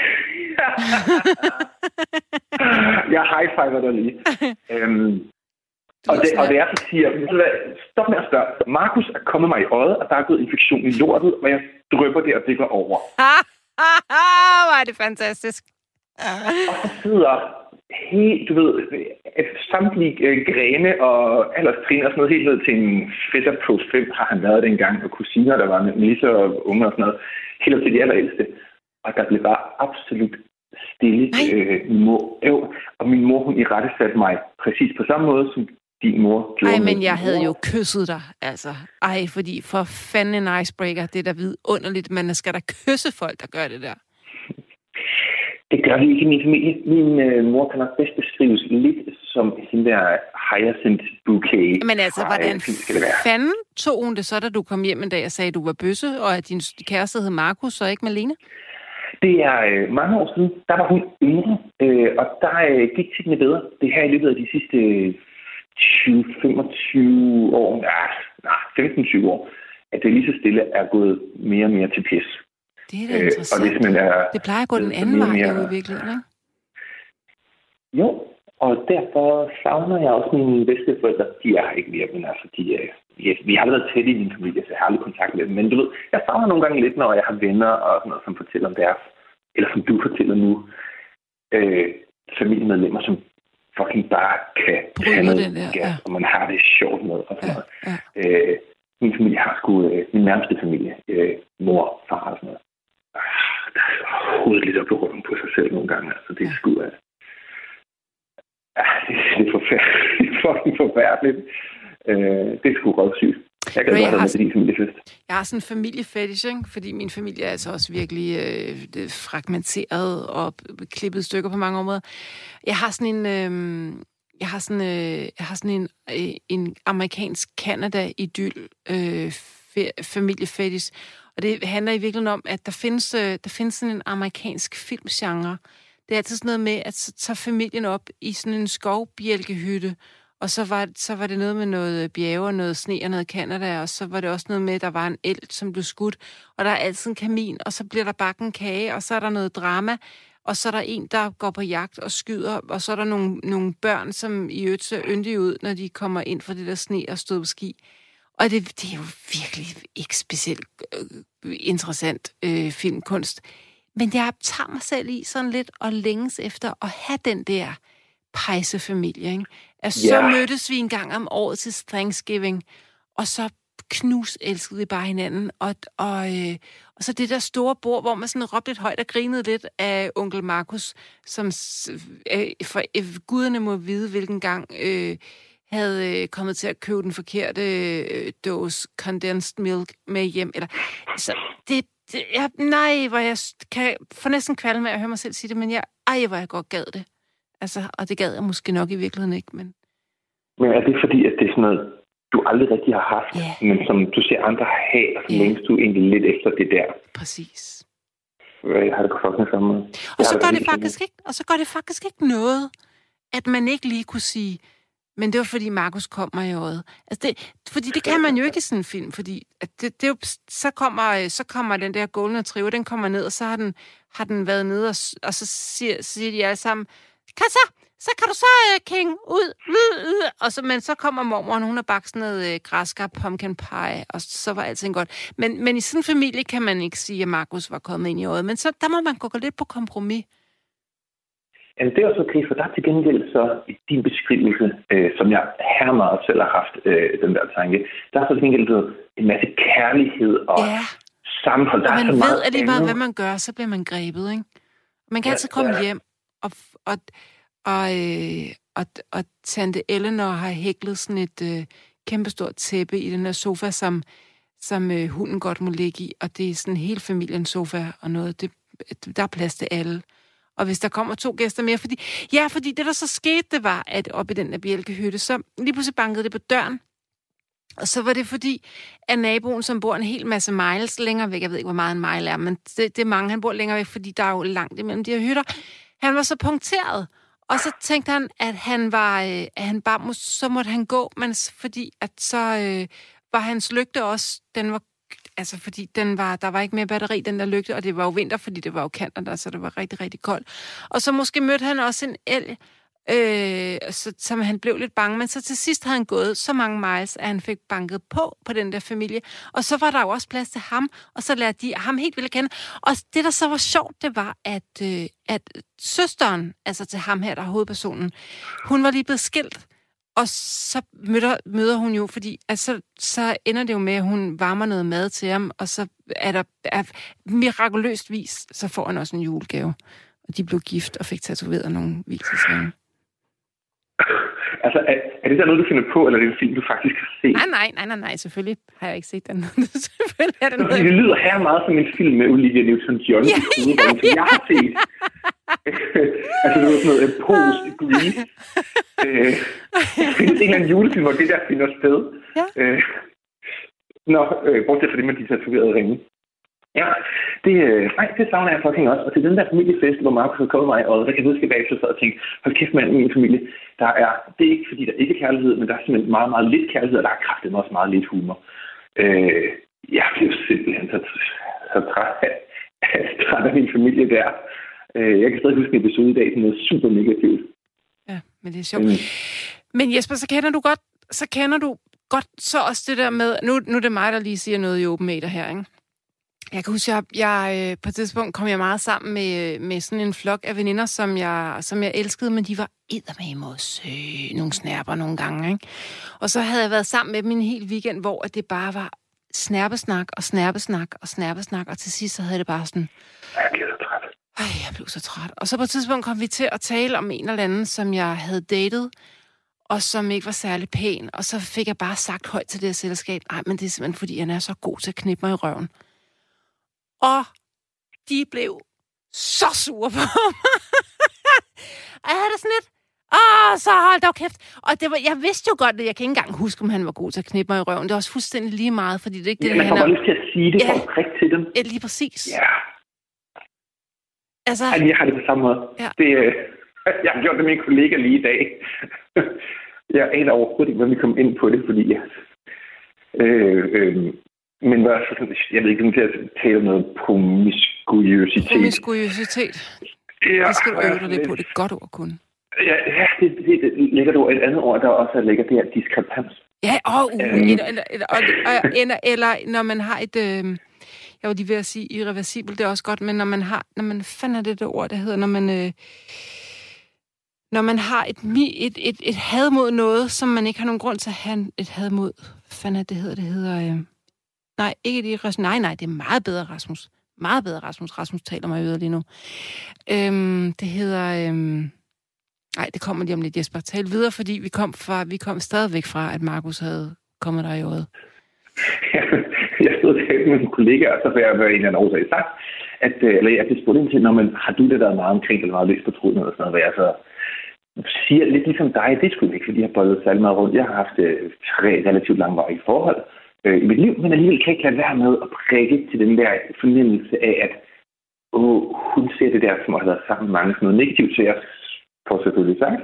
Jeg high-fiver dig lige. øhm, og, det, og det er så siger, stop med at spørge. Markus er kommet mig i øjet, og der er gået infektion i lortet, og jeg drypper det, og det går over. Hvor er det fantastisk. Og så sidder helt, du ved, et samtlige øh, grene og alderstrin og sådan noget, helt ned til en fætter på fem har han været dengang, og kusiner, der var med Melissa og unge og sådan noget, helt op til de allerældste. Og der blev bare absolut stille. Øh, min mor, øh, og min mor, hun irettesatte mig præcis på samme måde, som din mor gjorde. Ej, men jeg havde jo kysset dig, altså. Ej, fordi for fanden en icebreaker, det er da vidunderligt, man skal da kysse folk, der gør det der. Det gør vi ikke i min familie. Min øh, mor kan nok bedst beskrives lidt som hende der hyacinth bouquet. Men altså, hvordan fanden tog hun det så, da du kom hjem en dag og sagde, at du var bøsse, og at din kæreste hed Markus, og ikke Malene? Det er øh, mange år siden. Der var hun yngre, øh, og der øh, gik tingene bedre. Det her i løbet af de sidste tyve til femogtyve år, nej, nej femten til tyve år, at det lige så stille er gået mere og mere til pis. Det er da interessant. Øh, det, er, det plejer at gå den anden vej mere, i virkeligheden, ikke? Jo, og derfor savner jeg også mine bedsteforældre. De er ikke mere, men altså, de er, yes, vi har aldrig været tæt i min familie, så jeg har aldrig kontakt med dem. Men du ved, jeg savner nogle gange lidt, når jeg har venner og sådan noget, som fortæller om deres, eller som du fortæller nu, øh, familiemedlemmer, som fucking bare kan tage noget gas, ja. Og man har det sjovt med og sådan noget. Ja, ja. Øh, min familie har sgu, øh, min nærmeste familie, øh, mor, far og sådan noget. Der er hovedet lidt op i ryggen på sig selv nogle gange. Altså, det er sgu... Uh... Ja, det er forfærdeligt. Det er fucking forfærdeligt. Uh, det er sgu godt sygt. Jeg kan godt have med til din familiefest. Jeg har sådan en familiefetish, ikke? Fordi min familie er altså også virkelig øh, fragmenteret og klippet stykker på mange områder. Jeg har sådan en... Øh, jeg har sådan, øh, jeg har sådan en, øh, en amerikansk Canada-idyl øh, familiefetish. Og det handler i virkeligheden om, at der findes, der findes sådan en amerikansk filmgenre. Det er altid sådan noget med, at så tager familien op i sådan en skovbjælkehytte, Og så var, så var det noget med noget bjerge og noget sne og noget Canada, og så var det også noget med, at der var en eld, som blev skudt, og der er altid en kamin, og så bliver der bakken en kage, og så er der noget drama, og så er der en, der går på jagt og skyder, og så er der nogle, nogle børn, som i øvrigt ser yndige ud, når de kommer ind fra det der sne og stod på ski. Og det, det er jo virkelig ikke specielt øh, interessant øh, filmkunst. Men jeg tager mig selv i sådan lidt og længes efter at have den der pejsefamilie, ikke? Altså, yeah. Så mødtes vi en gang om året til Thanksgiving, og så knus elskede vi bare hinanden. Og, og, øh, og så det der store bord, hvor man sådan råbte lidt højt og grinede lidt af onkel Markus, som øh, for øh, guderne må vide, hvilken gang øh, havde øh, kommet til at købe den forkerte øh, dåse condensed milk med hjem. Eller, så det, det jeg, nej, hvor jeg kan få næsten kvalme med at høre mig selv sige det, men jeg, ej, hvor jeg godt gad det. Altså, og det gad jeg måske nok i virkeligheden ikke, men... Men er det fordi, at det er sådan noget, du aldrig rigtig har haft, yeah. men som du ser andre have, og så yeah. længes du egentlig lidt efter det der? Præcis. Jeg har det fucking samme. Og så gør det faktisk ikke, og så gør det faktisk ikke noget, at man ikke lige kunne sige, men det var fordi Markus kom mig i øjet. Altså det, fordi det kan man jo ikke i sådan en film, fordi at det, det er jo, så, kommer, så kommer den der Golden Retriever, den kommer ned, og så har den, har den været nede, og, og så siger, siger de alle sammen, kan så, så kan du så, uh, King, ud, ud, ud. Og så, men så kommer mormoren, hun har bagt sådan noget uh, græskar pumpkin pie, og så var alting godt. Men, men i sådan en familie kan man ikke sige, at Markus var kommet ind i øjet, men så der må man gå lidt på kompromis. Altså, det er også okay, for der til gengæld så i din beskrivelse, øh, som jeg her meget selv har haft, øh, den der tanke, der er så til gengæld en masse kærlighed og ja. sammenhold. Der og man er så ved meget alligevel, hvad man gør, så bliver man grebet, ikke? Man kan ja, altid komme ja. hjem, og, og, og, øh, og, og tante Eleanor har hæklet sådan et øh, kæmpestort tæppe i den her sofa, som, som øh, hunden godt må ligge i, og det er sådan hele familiens sofa og noget. Det, der er plads til alle. Og hvis der kommer to gæster mere, fordi... Ja, fordi det, der så skete, det var, at oppe i den der bjælkehytte, så lige pludselig bankede det på døren. Og så var det fordi, at naboen, som bor en hel masse miles længere væk, jeg ved ikke, hvor meget en mile er, men det, det er mange, han bor længere væk, fordi der er jo langt imellem de her hytter. Han var så punkteret, og så tænkte han, at han var... At han bare må, så måtte han gå, men fordi at så øh, var hans lygte også... Den var Altså, fordi den var, der var ikke mere batteri, den der lygte, og det var jo vinter, fordi det var jo Canada, så det var rigtig, rigtig koldt. Og så måske mødte han også en elg, øh, så, som han blev lidt bange, men så til sidst havde han gået så mange miles, at han fik banket på på den der familie. Og så var der jo også plads til ham, og så lærte de ham helt vildt kende. Og det, der så var sjovt, det var, at, øh, at søsteren, altså til ham her, der er hovedpersonen, hun var lige blevet skilt. Og så møder, møder hun jo, fordi altså, så ender det jo med, at hun varmer noget mad til ham, og så er der er, mirakuløst vis, så får han også en julegave. Og de blev gift og fik tatoveret nogle hvilesesringe. Altså, er, er det der noget, du finder på, eller er det en film, du faktisk har set? Nej, nej, nej, nej, nej. Selvfølgelig har jeg ikke set den. Selvfølgelig er det noget. Det lyder her meget som en film med Olivia Newton-John, ja, ja, ja. som jeg har set. Altså, det var sådan noget post-grief. øh, det findes en eller anden julefilm, hvor det der finder sted. Ja. Øh, Nå, øh, bortset fra det med de tatoverede ringe. Ja, det, øh, nej, det savner jeg fucking også. Og til den der familiefest, hvor Markus har kommet mig, og der kan jeg huske bagefter sad og tænke, hold kæft mand, min familie, der er, det er ikke fordi, der ikke er kærlighed, men der er simpelthen meget, meget lidt kærlighed, og der er kraftigt også meget lidt humor. Øh, jeg blev simpelthen så, så træt af, træt af min familie der. Øh, jeg kan stadig huske en episode i dag, som er super negativt. Ja, men det er sjovt. Mm. Men Jesper, så kender du godt, så kender du godt så også det der med, nu, nu er det mig, der lige siger noget i Open Meter her, ikke? Jeg kan huske, at jeg, jeg på et tidspunkt kom jeg meget sammen med, med sådan en flok af veninder, som jeg, som jeg elskede, men de var eddermame også øh, nogle snærper nogle gange, ikke? Og så havde jeg været sammen med dem en hel weekend, hvor det bare var snærpesnak og snærpesnak og snærpesnak, og til sidst så havde det bare sådan... Jeg blev så træt. Ej, jeg blev så træt. Og så på et tidspunkt kom vi til at tale om en eller anden, som jeg havde datet, og som ikke var særlig pæn, og så fik jeg bare sagt højt til det her selskab, ej, men det er simpelthen, fordi han er så god til at knippe mig i røven. Og de blev så sure på mig. Og jeg havde det sådan lidt, åh, så hold da kæft. Og det var, jeg vidste jo godt, at jeg kan ikke engang huske, om han var god til at knippe mig i røven. Det var også fuldstændig lige meget, fordi det er ikke det, ja, man får bare lyst til at sige det, ja, for at til dem. Ja, lige præcis. Ja. Altså... Ej, jeg har det på samme måde. Ja. Det, øh, jeg har gjort det med min kollega lige i dag. jeg aner overhovedet ikke, hvordan vi kom ind på det, fordi jeg... Øh, øh, men hvad, jeg ved ikke, om det er at tale om noget promiskuiøsitet. Promiskuiøsitet. Ja, det skal du øve dig lidt på. Det er godt ord kun. Ja, ja det, det, det lægger du et andet ord, der også lægger det her diskrepans. Ja, åh, uh, øhm. eller, eller, eller, eller, eller når man har et... Øh, jeg var lige ved at sige irreversibelt, det er også godt, men når man har... Når man finder det der ord, der hedder, når man... Øh, når man har et, et, et, et had mod noget, som man ikke har nogen grund til at have et had mod. Hvad fanden er det hedder? Det hedder... Øh, nej, ikke et irreversibelt. Nej, nej, det er meget bedre, Rasmus. Meget bedre, Rasmus. Rasmus taler mig videre lige nu. Øhm, det hedder... Øh, nej, det kommer lige om lidt, Jesper. Tal videre, fordi vi kom, fra, vi kom stadigvæk fra, at Markus havde kommet der i året. Jeg stod og talte med en kollega, og så vil jeg være en eller anden årsag sagt, at, eller jeg blev spurgt ind til, når man har du det der meget omkring, eller meget løst på truden, eller sådan noget, hvad jeg så siger lidt ligesom dig, det skulle ikke, fordi jeg har boldet særlig meget rundt. Jeg har haft øh, tre relativt langvarige forhold øh, i mit liv, men alligevel kan jeg ikke lade være med at prikke til den der fornemmelse af, at åh, hun ser det der, som har været sammen med mange, sådan noget negativt, så jeg får selvfølgelig sagt,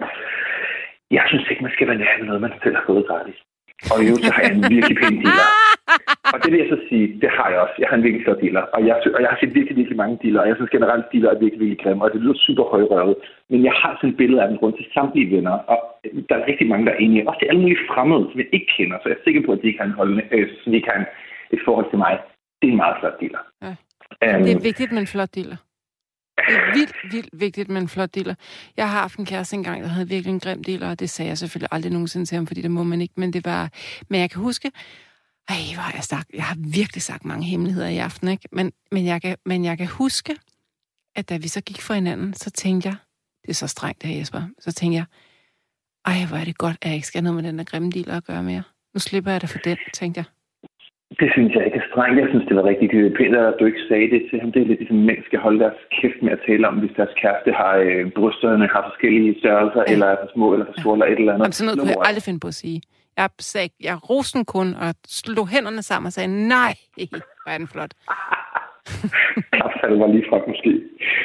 jeg synes ikke, man skal være nær med noget, man selv har fået gratis. Og jo, så har jeg en virkelig pæn dealer. Og det vil jeg så sige, det har jeg også. Jeg har en virkelig flot dealer. Og jeg, og jeg har set virkelig, virkelig mange dealer. Og jeg synes generelt, dealer er virkelig, virkelig grimme. Og det lyder super højrøvet. Men jeg har sådan et billede af dem rundt til samtlige venner. Og der er rigtig mange, der er enige. Også til alle mulige fremmede, som jeg ikke kender. Så jeg er sikker på, at de ikke har, en holdning, øh, så de ikke har en, et forhold til mig. Det er en meget flot dealer. Ja. Um, det er vigtigt med en flot dealer. Det er vildt, vildt vigtigt med en flot dealer. Jeg har haft en kæreste engang, der havde virkelig en grim dealer, og det sagde jeg selvfølgelig aldrig nogensinde til ham, fordi det må man ikke, men det var... Men jeg kan huske... Ej, hvor har jeg sagt... Jeg har virkelig sagt mange hemmeligheder i aften, ikke? Men, men, jeg kan, men jeg kan huske, at da vi så gik for hinanden, så tænkte jeg... Det er så strengt, her Jesper. Så tænkte jeg... Ej, hvor er det godt, at jeg ikke skal have noget med den der grimme dealer at gøre mere. Nu slipper jeg da for den, tænkte jeg. Det synes jeg ikke er strengt. Jeg synes, det var rigtig pænt, at du ikke sagde det til ham. Det er lidt ligesom, at mænd skal holde deres kæft med at tale om, hvis deres kæreste har øh, brysterne, har forskellige størrelser, ja. Eller er for små, eller for store, ja. Eller et eller andet. Jamen, sådan noget kunne jeg aldrig finde på at sige. Jeg sagde, jeg roste den kun, og slog hænderne sammen og sagde, nej, hvor er den flot. Klapfaldet var lige fra, måske.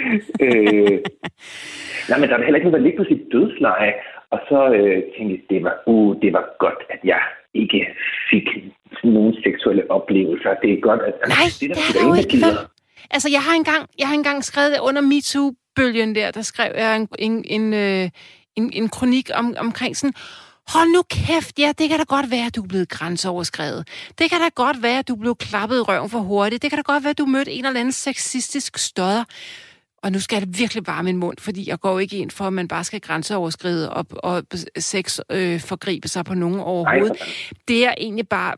øh, nej, men der var heller ikke noget, der ligge på sit dødsleje. Og så øh, tænkte jeg, det var, uh, det var godt, at jeg ikke fik nogen seksuelle oplevelser. Det er godt, at... Nej, det, der det er der jo ikke vel. Altså, jeg har engang, jeg har engang skrevet under MeToo-bølgen der, der skrev jeg en, en, en, en, en kronik om, omkring sådan, hold nu kæft, ja, det kan da godt være, at du er blevet grænseoverskredet. Det kan da godt være, at du blev klappet i røven for hurtigt. Det kan da godt være, at du mødte en eller anden sexistisk stodder. Og nu skal jeg virkelig varme min mund, fordi jeg går ikke ind for, at man bare skal grænseoverskride og, og sex øh, forgribe sig på nogen overhovedet. Ej, det er egentlig bare...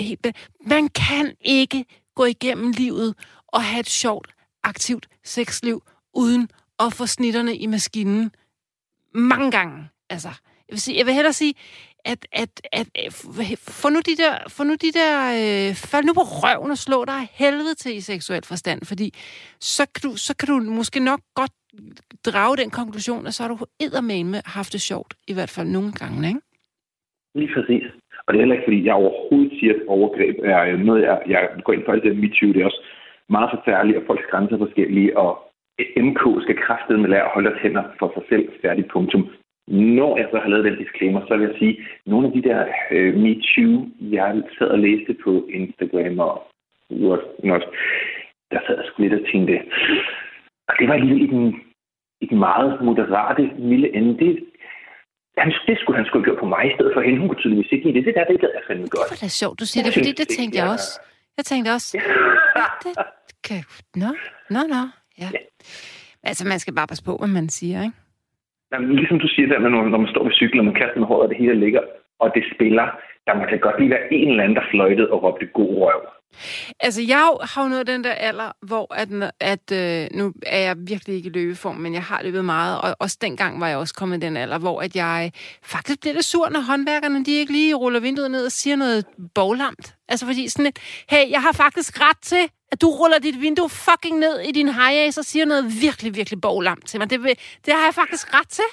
Man kan ikke gå igennem livet og have et sjovt, aktivt sexliv, uden at få snitterne i maskinen mange gange. Altså, jeg vil, sige, jeg vil hellere sige, at, at, at, at få nu de der, få nu de der øh, fald nu på røven og slå dig af helvede til i seksuel forstand, fordi så kan, du, så kan du måske nok godt drage den konklusion, at så har du eddermame haft det sjovt, i hvert fald nogle gange, ikke? Lige præcis. Og det er heller ikke, fordi jeg overhovedet siger, at overgreb er noget, jeg, jeg går ind for alt det MeToo. Det er også meget forfærdeligt, og folks grænser er forskellige, og M K skal kraftedeme lære at holde deres hænder for sig selv, færdigt punktum. Når jeg så har lavet den disclaimer, så vil jeg sige, at nogle af de der øh, MeToo, jeg sad og læste på Instagram og Word, der sad jeg sgu lidt og tænkte, og det var lige i den, i den meget moderate, milde ende. Det, han, det skulle han skulle gøre på mig i stedet for hende. Hun kunne tydeligvis ikke i det. Det der, det gad jeg fandme godt. Det var da sjovt, du siger det, fordi det tænkte jeg også. Jeg tænkte også, det kan... Nå, nå, nå, ja. Altså, man skal bare passe på, hvad man siger, ikke? Jamen, ligesom du siger der, når, når man står ved cyklen, og man kaster med håret, og det hele ligger, og det spiller, der man kan godt lige være en eller anden, der fløjtede og råbte god røv. Altså, jeg har jo nået den der alder, hvor at, at øh, nu er jeg virkelig ikke i løbeform, men jeg har løbet meget, og også dengang var jeg også kommet i den alder, hvor at jeg faktisk bliver lidt sur, når håndværkerne, de ikke lige ruller vinduet ned og siger noget boglamt. Altså, fordi sådan lidt, hey, jeg har faktisk ret til, at du ruller dit vindue fucking ned i din high-ace og siger noget virkelig, virkelig boglamt til mig. Det, det har jeg faktisk ret til.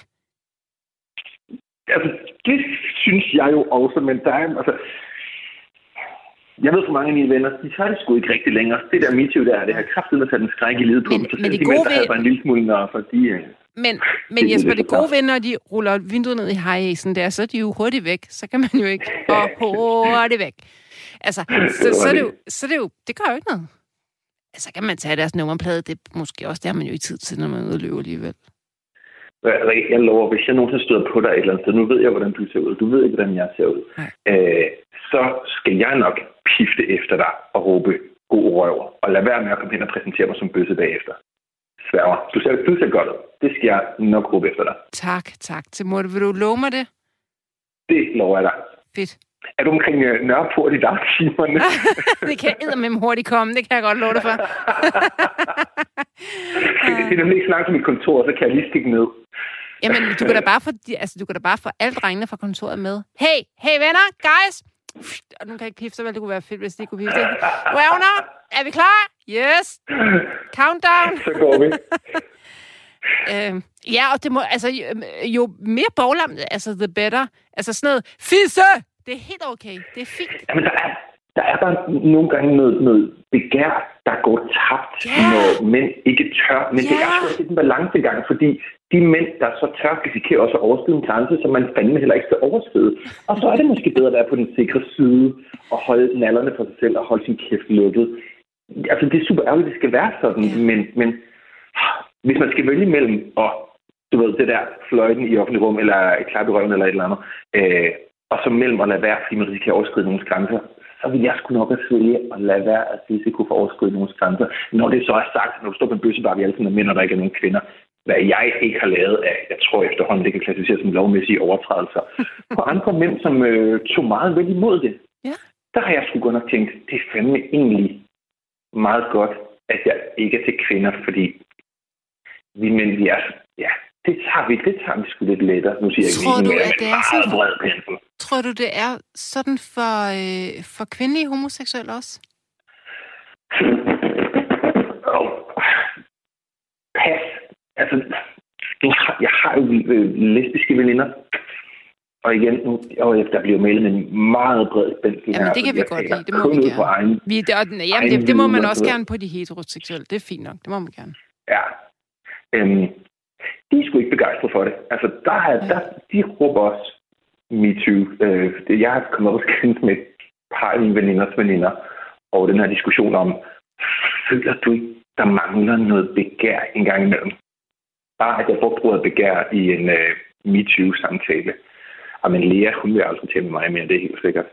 Altså, det synes jeg jo også, men der er, altså... Jeg ved for mange af mine venner, de tager det sgu ikke rigtig længere. Det der MeToo der, det har kraftigt at tage den skræk i livet på men, dem. Så men de det gode mænd, der bare en lille smule nørre, fordi... Men, men det, Jesper, det, det gode venner, de ruller vinduet ned i high-acen der, så er de jo hurtigt væk. Så kan man jo ikke gå hurtigt væk. Altså, så, så, er det jo, så er det jo, det gør jo ikke noget. Altså, kan man tage deres nummerplade, det er måske også, det har man jo i tid til, når man er ude og løbe alligevel. Jeg lover, hvis jeg nogensinde støder på dig et eller andet sted, nu ved jeg, hvordan du ser ud, du ved ikke, hvordan jeg ser ud, øh, så skal jeg nok pifte efter dig og råbe god røv, og lade være med at komme hen og præsentere mig som bøsse bagefter. Sværger. Du ser, du ser godt ud. Det skal jeg nok råbe efter dig. Tak, tak. Til Morten, vil du love mig det? Det lover jeg dig. Fedt. Er du omkring uh, Nørreport i dagtimerne? Det kan jeg eddermame hurtigt komme, det kan jeg godt love dig for. Det er nemlig ikke så langt som mit kontor, så kan jeg lige stikke ned. Jamen, du kan da bare få, altså, du kan da bare få alt drengene fra kontoret med. Hey, hey venner, guys! Og nu kan jeg ikke pifte, så vel det kunne være fedt, hvis de kunne pifte. Røvner, er vi klar? Yes! Countdown! Så går vi. øh, ja, og det må, altså, jo, jo mere boglam, altså, the better. Altså sådan noget, fisse! Det er helt okay. Det er fint. Jamen, der er, der er bare nogle gange noget, noget begær, der går tabt, yeah. når mænd ikke tør. Men yeah. det er sgu også en balancegang, fordi de mænd, der så tør, risikerer også at overskride en grænse, som man fandme heller ikke skal overskride. Og så er det måske bedre at være på den sikre side og holde nallerne for sig selv og holde sin kæft lukket. Altså, det er super ærgerligt, det skal være sådan, yeah. men, men hvis man skal vælge mellem, og du ved, det der fløjten i offentlig rum, eller et klap i røven, eller et eller andet, øh, og så mellem at lade være, fordi man risikerer at overskride nogens grænser, så vil jeg sgu nok at svælge og lade være at risiko for at overskride nogens grænser. Når det så er sagt, når du står på en bøssebakke i alle sådan, mænd, og der ikke er nogen kvinder, hvad jeg ikke har lavet af, jeg tror efterhånden, det kan klassificeres som lovmæssige overtrædelser. På andre mænd, som øh, tog meget vel imod det, ja. Der har jeg sgu godt nok tænkt, det er fandme egentlig meget godt, at jeg ikke er til kvinder, fordi vi mænd, vi er, ja, det tager vi, det tager vi sgu lidt lettere. Nu siger tror jeg du, ikke, at det er sådan, tror du, det er sådan for, øh, for kvindelige homoseksuelle også? Oh. Pas. Altså, jeg har jo lesbiske veninder. Og igen, nu, og der bliver malet med en meget bred spændsel her. Jamen, det kan vi godt lide. Det må vi gerne. Egen, vi, det, og, jamen, det, det må man også gerne på de heteroseksuelle. Det er fint nok. Det må man gerne. Ja. Øhm, de er sgu ikke begejstret for det. Altså, der er, ja. der, de råber også MeToo. Øh, jeg har kommet op og skændt med et par af mine veninders veninder over den her diskussion om, føler du ikke, der mangler noget begær en gang imellem? Bare at jeg brugte ordet begær i en uh, MeToo-samtale. Og men Lea, hun vil altså til med mig mere, det er helt sikkert.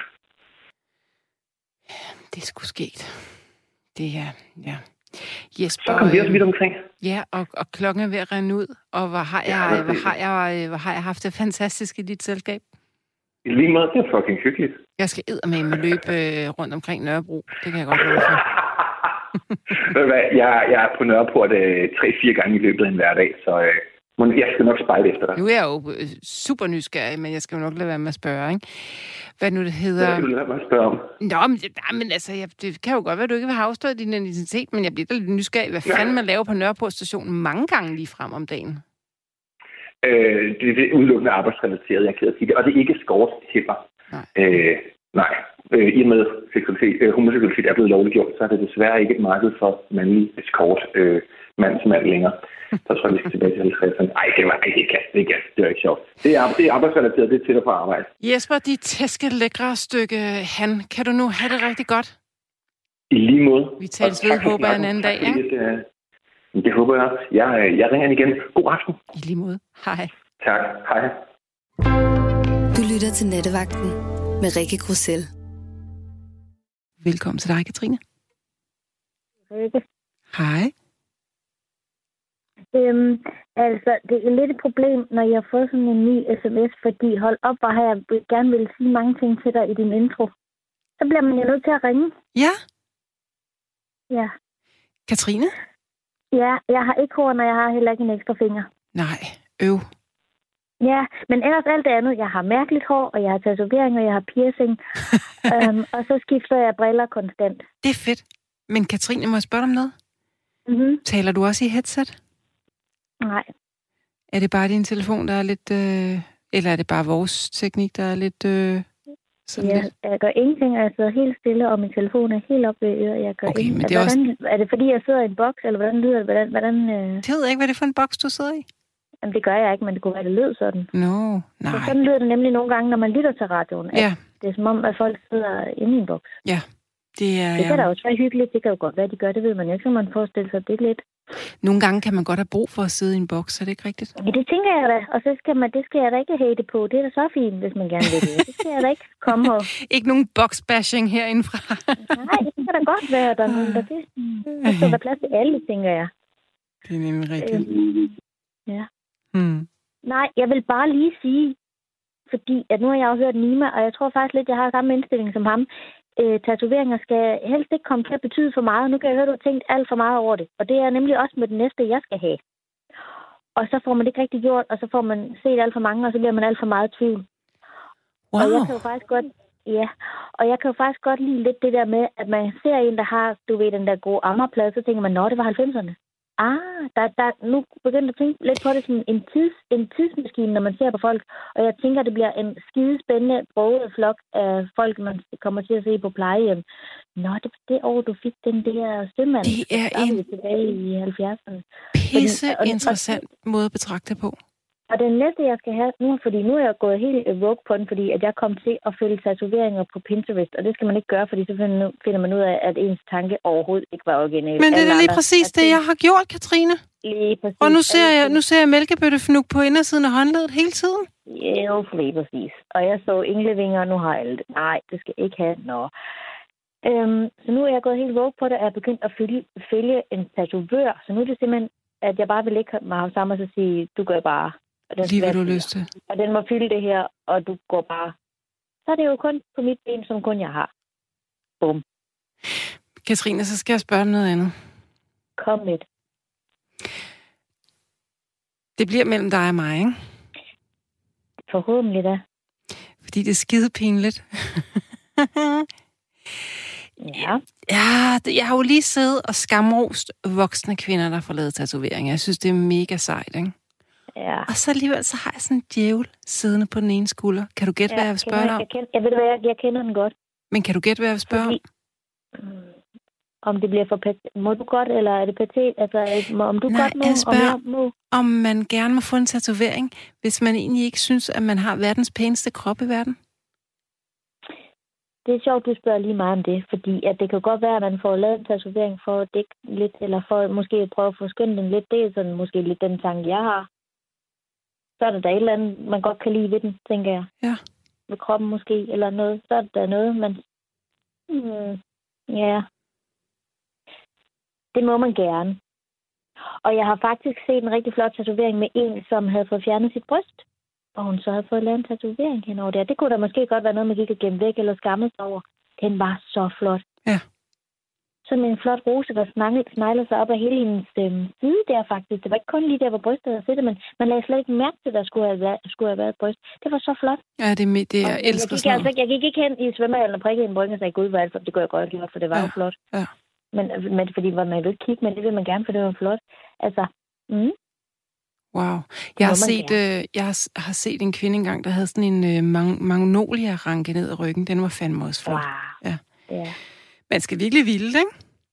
Det er sgu sket. Det er, ja. Jesper, så kom vi også vidt omkring. Ja, og, og klokken er ved at rende ud. Og hvor har jeg, ja, hvor har jeg, hvor har jeg haft det fantastisk i dit selskab? I lige måde, det er fucking hyggeligt. Jeg skal eddermame løbe øh, rundt omkring Nørrebro. Det kan jeg godt love for. jeg, jeg er på Nørreport øh, tre-fire gange i løbet af en hverdag, så øh, jeg skal nok spejle efter dig. Nu er jeg jo super nysgerrig, men jeg skal jo nok lade være med at spørge, ikke? Hvad nu det hedder? Hvad skal du lade være med at spørge om? Nå, men, nej, men altså, jeg, det kan jo godt være, at du ikke vil have afstået din identitet, men jeg bliver da lidt nysgerrig. Hvad fanden man laver på Nørreport station mange gange lige frem om dagen? Øh, det, det er udelukkende arbejdsrelateret, jeg kan sige det. Og det er ikke skort heller. Nej. Øh, nej. Øh, I og med seksualitet, øh, homoseksualitet er blevet lovliggjort, så er det desværre ikke et marked for mandlig eskort øh, mands mand længere. Så tror jeg, vi skal tilbage til halvtredserne. Ej, det var ikke det, det, det, det er ikke sjovt. Det er, det er arbejdsrelateret, det er tættere på arbejde. Jesper, dit tæske lækre stykke han, kan du nu have det rigtig godt? I lige måde. Vi tales ved, håber jeg en anden dag, ikke? Det, det håber jeg også. Jeg, jeg ringer igen. God aften. I lige måde. Hej. Tak. Hej. Du lytter til Nattevagten med Rikke Grussel. Velkommen til dig, Katrine. Rikke. Hej. Øhm, altså, det er lidt et problem, når jeg har fået sådan en ny sms, fordi hold op, hvor har jeg gerne vil sige mange ting til dig i din intro. Så bliver man jo nødt til at ringe. Ja. Ja. Katrine? Ja, jeg har ikke horn, og jeg har heller ikke en ekstra finger. Nej, øv. Ja, men ellers alt det andet. Jeg har mærkeligt hår, og jeg har tatovering, og jeg har piercing. øhm, og så skifter jeg briller konstant. Det er fedt. Men Katrine, må jeg spørge dig om noget? Mm-hmm. Taler du også i headset? Nej. Er det bare din telefon, der er lidt... Øh... Eller er det bare vores teknik, der er lidt øh... Ja, jeg gør ingenting, og jeg sidder helt stille, og min telefon er helt oppe ved øret. Jeg gør okay, ingen... men det er, hvordan, også... er det fordi, jeg sidder i en boks, eller hvordan lyder det? Hvordan, hvordan, øh... Jeg ved ikke, hvad det er for en boks, du sidder i. Jamen, det gør jeg ikke, men det kunne være, det lød sådan. Nå, no, nej. Så sådan lyder det nemlig nogle gange, når man lytter til radioen. Ja. Det er som om, at folk sidder inde i en boks. Ja, det er... Det kan ja. da også være hyggeligt. Det kan jo godt være, de gør. Det ved man jo ikke, så man forestiller sig det lidt. Nogle gange kan man godt have brug for at sidde i en boks, er det ikke rigtigt? Ja, det tænker jeg da. Og så skal man, det skal jeg da ikke hate på. Det er da så fint, hvis man gerne vil det. Det skal jeg da ikke komme og... Ikke nogen boksbashing herindefra. Nej, det kan da godt være, der er nogen, der det. Der skal der plads til alle, tænker jeg. Det er nemlig rigtigt. Øhm, ja. Hmm. Nej, jeg vil bare lige sige, fordi at nu har jeg jo hørt Nima, og jeg tror faktisk lidt, jeg har samme indstilling som ham. Øh, tatoveringer skal helst ikke komme til at betyde for meget. Nu kan jeg høre, at du har tænkt alt for meget over det. Og det er nemlig også med den næste, jeg skal have. Og så får man det ikke rigtig gjort, og så får man set alt for mange, og så bliver man alt for meget i tvivl. Wow. Og jeg kan jo faktisk godt, ja, og jeg kan jo faktisk godt lide lidt det der med, at man ser en, der har, du ved, den der gode Amagerplade, så tænker man, nå, det var halvfemserne. Ah, der, der, nu begynder jeg at tænke lidt på det som en, tids, en tidsmaskine, når man ser på folk. Og jeg tænker, det bliver en skidespændende, broget flok af folk, man kommer til at se på plejehjem. Nå, det var det år, du fik den der sømand. Det er en tilbage i halvfjerdserne. pisse Fordi, og, interessant og, måde at betragte på. Og den næste, jeg skal have nu, fordi nu er jeg gået helt rogue på den, fordi at jeg kom til at følge tatoveringer på Pinterest, og det skal man ikke gøre, fordi så finder man ud af, at ens tanke overhovedet ikke var original. Men det er da lige præcis det, jeg har gjort, Katrine. Lige præcis. Og nu ser jeg, nu ser jeg mælkebøttefnuk på indersiden af håndledet hele tiden. Jo, lige præcis. Og jeg så englevinger, og nu har jeg alt. Nej, det skal ikke have. Nå. Øhm, så nu er jeg gået helt rogue på det, og jeg er begyndt at følge, følge en tatovør. Så nu er det simpelthen, at jeg bare vil lægge mig ham sammen og så sige, du gør bare. Lige hvad du har lyst til. Og den må fylde det her, og du går bare. Så er det jo kun på mit ben, som kun jeg har. Bum. Katrine, så skal jeg spørge noget andet. Kom lidt. Det bliver mellem dig og mig, ikke? Forhåbentlig da. Fordi det er skidepinligt. Ja. Ja, det, jeg har jo lige siddet og skamrost voksne kvinder, der får lavet tatoveringer. Jeg synes, det er mega sejt, ikke? Ja. Og så alligevel, så har jeg sådan en djævel siddende på den ene skulder. Kan du gætte, ja, hvad jeg vil spørge dig om? Jeg, kender, jeg ved, hvad jeg, jeg kender den godt. Men kan du gætte, hvad jeg vil spørge Fordi, om? Om det bliver for patet. Må du godt, eller er det patet? Altså, om du Nej, godt må, jeg spørger, om jeg må? Om man gerne må få en tatovering, hvis man egentlig ikke synes, at man har verdens pæneste krop i verden? Det er sjovt, du spørger lige meget om det, fordi at det kan godt være, at man får lavet en tatovering for at dække lidt, eller for måske prøve at få skyndt den lidt. Det er sådan måske lidt den tanke, jeg har. Så er der da et eller andet, man godt kan lide ved den, tænker jeg. Ja. Ved kroppen måske, eller noget. Så er der noget, man... Hmm, ja. Det må man gerne. Og jeg har faktisk set en rigtig flot tatovering med en, som havde fået fjernet sit bryst. Og hun så havde fået lavet en tatovering henover der. Det kunne da måske godt være noget, man gik og gemte væk eller skammede sig over. Den var så flot. Ja. Sådan en flot rose, der sneglede sig op af hele hendes øhm, side der faktisk. Det var ikke kun lige der, hvor brystet havde siddet, men man lagde slet ikke mærke til, at der skulle have været, skulle have været et bryst. Det var så flot. Ja, det er mit, det, jeg og elsker jeg sådan altså, jeg gik ikke hen i svømmehallen og prikkede en brygge og sagde, gud, hvad er det for? Det gør jeg godt gjort, for det var ja. jo flot. Ja. Men, men fordi man vil ikke kigge, men det vil man gerne, for det var flot. Altså, mm. Wow. Jeg har, set, øh, jeg har, har set en kvinde engang, der havde sådan en øh, mag- magnolia-ranke ned ad ryggen. Den var fandme også flot. Wow. Ja. Ja. Man skal virkelig vilde, ikke?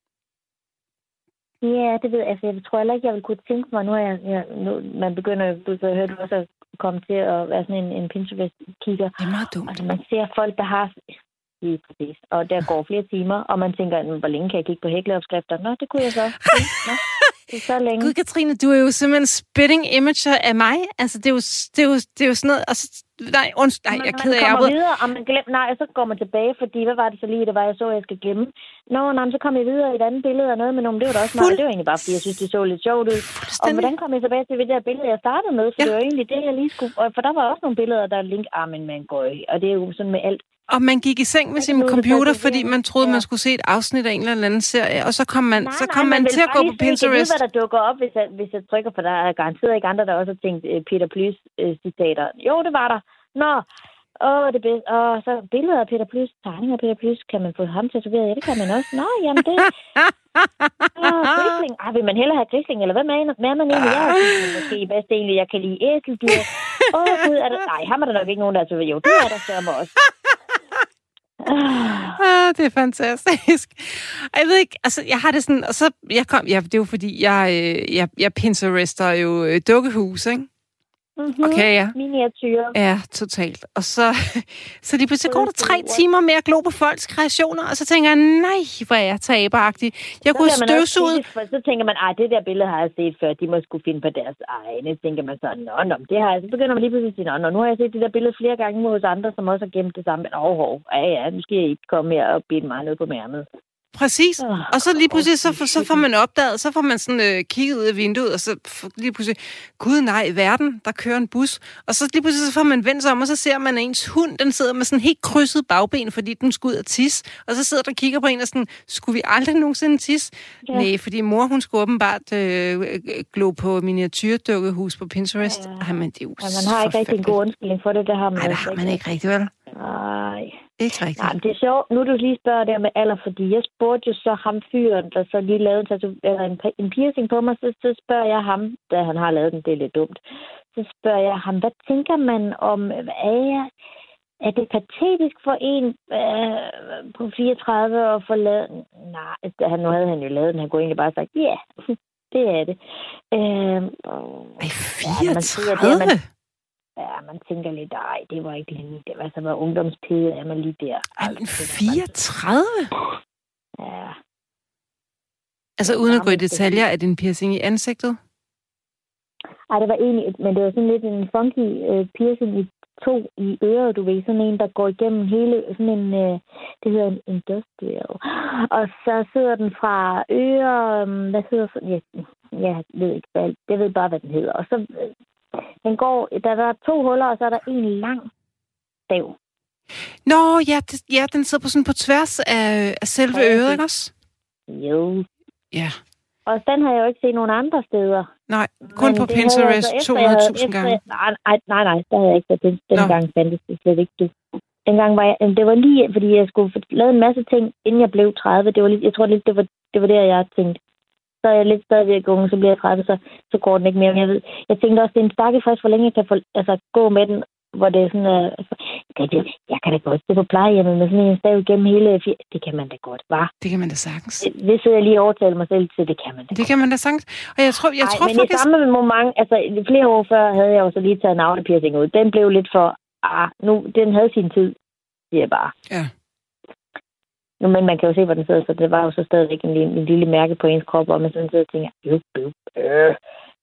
Ja, det ved jeg. Altså, jeg tror heller ikke, jeg ville kunne tænke mig, nu er jeg, jeg nu, man begynder, du så hørte også at komme til at være sådan en, en Pinterest-kigger. Det er meget dumt. Altså, man ser folk, der har... Lige præcis. Og der går flere timer, og man tænker, hvor længe kan jeg kigge på hækleopskrifter? Nå, det kunne jeg så. Nå, det er så længe. Gud, Katrine, du er jo simpelthen spitting image af mig. Altså, det er jo, det er jo, det er jo sådan noget... Altså, nej, undskyld, nej, jeg er ked af, jeg kommer videre, og man glemmer, nej, og så går man tilbage, fordi hvad var det så lige, det var, jeg så, jeg skal glemme. Nå, nej, så kom jeg videre i et andet billede og noget med nogen, det var da også meget, det var egentlig bare, fordi jeg synes, det så lidt sjovt ud. Og hvordan kom jeg tilbage til det der billede, jeg startede med, for ja. Det var egentlig det, jeg lige skulle, og for der var også nogle billeder, der link, ah, men man går i, og det er jo sådan med alt. Og man gik i seng med sin computer, fordi man troede, ja. man skulle se et afsnit af en eller anden serie, og så kom man, nej, så kom nej, man, man til at gå på Pinterest. Jeg ved, hvad der dukker op, hvis jeg, hvis jeg trykker, for der er garanteret ikke andre, der også har tænkt uh, Peter Plys uh, citater. Jo, det var der. Nå, åh, det bedste. Og så billeder af Peter Plys, tegninger af Peter Plys, kan man få ham tatoveret? Ja, det kan man også. Nå, jamen det... Åh, grisling. Ah, vil man hellere have grisling, eller hvad med, med man egentlig? Jeg synes måske bedst egentlig, jeg kan lide æseldyr. Åh, oh, gud, er der... Nej, ham er der nok ikke nogen, der er tatoveret. Jo, det er der sørme også. Ah, det er fantastisk. Og jeg ved ikke, altså, jeg har det sådan, og så, jeg kom, ja, det er jo fordi, jeg, jeg, jeg Pinterester jo dukkehus, ikke? Mm-hmm. Okay, ja. Miniatyrer. Ja, totalt. Og så, så lige pludselig går der tre timer med at glo på folks kreationer, og så tænker jeg, nej, hvor er jeg taberagtig. Jeg kunne støvsuge. Så tænker man, ej, det der billede har jeg set før, de må skulle finde på deres egne. Så tænker man så, nå, nå, det har jeg. Så begynder man lige pludselig at sige, nå, nu har jeg set det der billede flere gange hos andre, som også har gemt det samme. Men åh, oh, ja, ja, nu skal jeg ikke komme her og bide mig ned på mærmet. Præcis. Og så lige pludselig, så, så får man opdaget, så får man sådan øh, kigget ud af vinduet, og så lige pludselig, gud nej, verden, der kører en bus. Og så lige pludselig, så får man vendt sig om, og så ser man ens hund, den sidder med sådan helt krydset bagben, fordi den skulle ud og tisse. Og så sidder der og kigger på en og sådan, skulle vi aldrig nogensinde tisse? Ja. Nej, fordi mor, hun skulle åbenbart øh, glo på miniatyrdukkerhus på Pinterest. Ja. Jamen, det er jo ja, man har ikke rigtig en god undskyldning for det, det har man. Nej, det har man ikke rigtig, vel? Nej. Ikke rigtigt. Nej, det er sjovt. Nu du lige spørger der med alder, fordi jeg spurgte jo så ham fyren, der så lige lavede en, eller en, en piercing på mig, så, så spørger jeg ham, da han har lavet den, det er lidt dumt, så spørger jeg ham, hvad tænker man om, er, jeg, er det patetisk for en øh, på fireogtredive at få lavet den? Nej, han, nu havde han jo lavet den, han kunne egentlig bare sagt, ja, yeah, det er det. Øh, Ej, fireogtredive? Ja, Ja, man tænker lidt, ej, det var ikke lige det. Altså, var ungdomspige, er man lige der. Ej, men fireogtredive? Ja. Altså, uden at gå i detaljer, er det en piercing i ansigtet? Ej, det var egentlig, men det var sådan lidt en funky uh, piercing i to i øret, du ved. Sådan en, der går igennem hele, sådan en, uh, det hedder en industrial. Og så sidder den fra ører, um, hvad hedder sådan, ja, jeg ved ikke, hvad, jeg ved bare, hvad den hedder. Og så... Uh, Den går, der er to huller, og så er der en lang stav. Nå, ja, det, ja den sidder på, sådan på tværs af, af selve ja, øret, ikke også? Jo. Ja. Og den har jeg jo ikke set nogen andre steder. Nej, kun men på Pinterest to hundrede tusind gange. Nej, nej, nej, der havde jeg ikke set den. Dengang fandtes det slet ikke. Du. Dengang var jeg, det var lige, fordi jeg skulle lave en masse ting, inden jeg blev tredive. Det var lige, jeg tror lidt, det var, det var der, jeg tænkte. Så er jeg lidt stadigvæk unge, så bliver jeg tredive, så, så går den ikke mere. Men jeg ved, jeg tænkte også, det er en stakke faktisk, hvor længe jeg kan få, altså, gå med den, hvor det er sådan, uh, det, jeg kan da godt stå på plejehjemmet med sådan en stav igennem hele, det kan man da godt, hva? Det kan man da sagtens. Det sidder jeg lige og overtaler mig selv til, det kan man da Det godt. kan man da sagtens. Og jeg tror, jeg Ej, tror men faktisk... i samme moment, altså flere år før, havde jeg jo så lige taget navlepiercing ud. Den blev lidt for, ah, nu, den havde sin tid, siger jeg bare. Ja. Nu, men man kan jo se, hvor den sidder, så det var jo så stadigvæk en, en, en lille mærke på ens krop, og man sådan sidder og tænker, øh, øh, øh.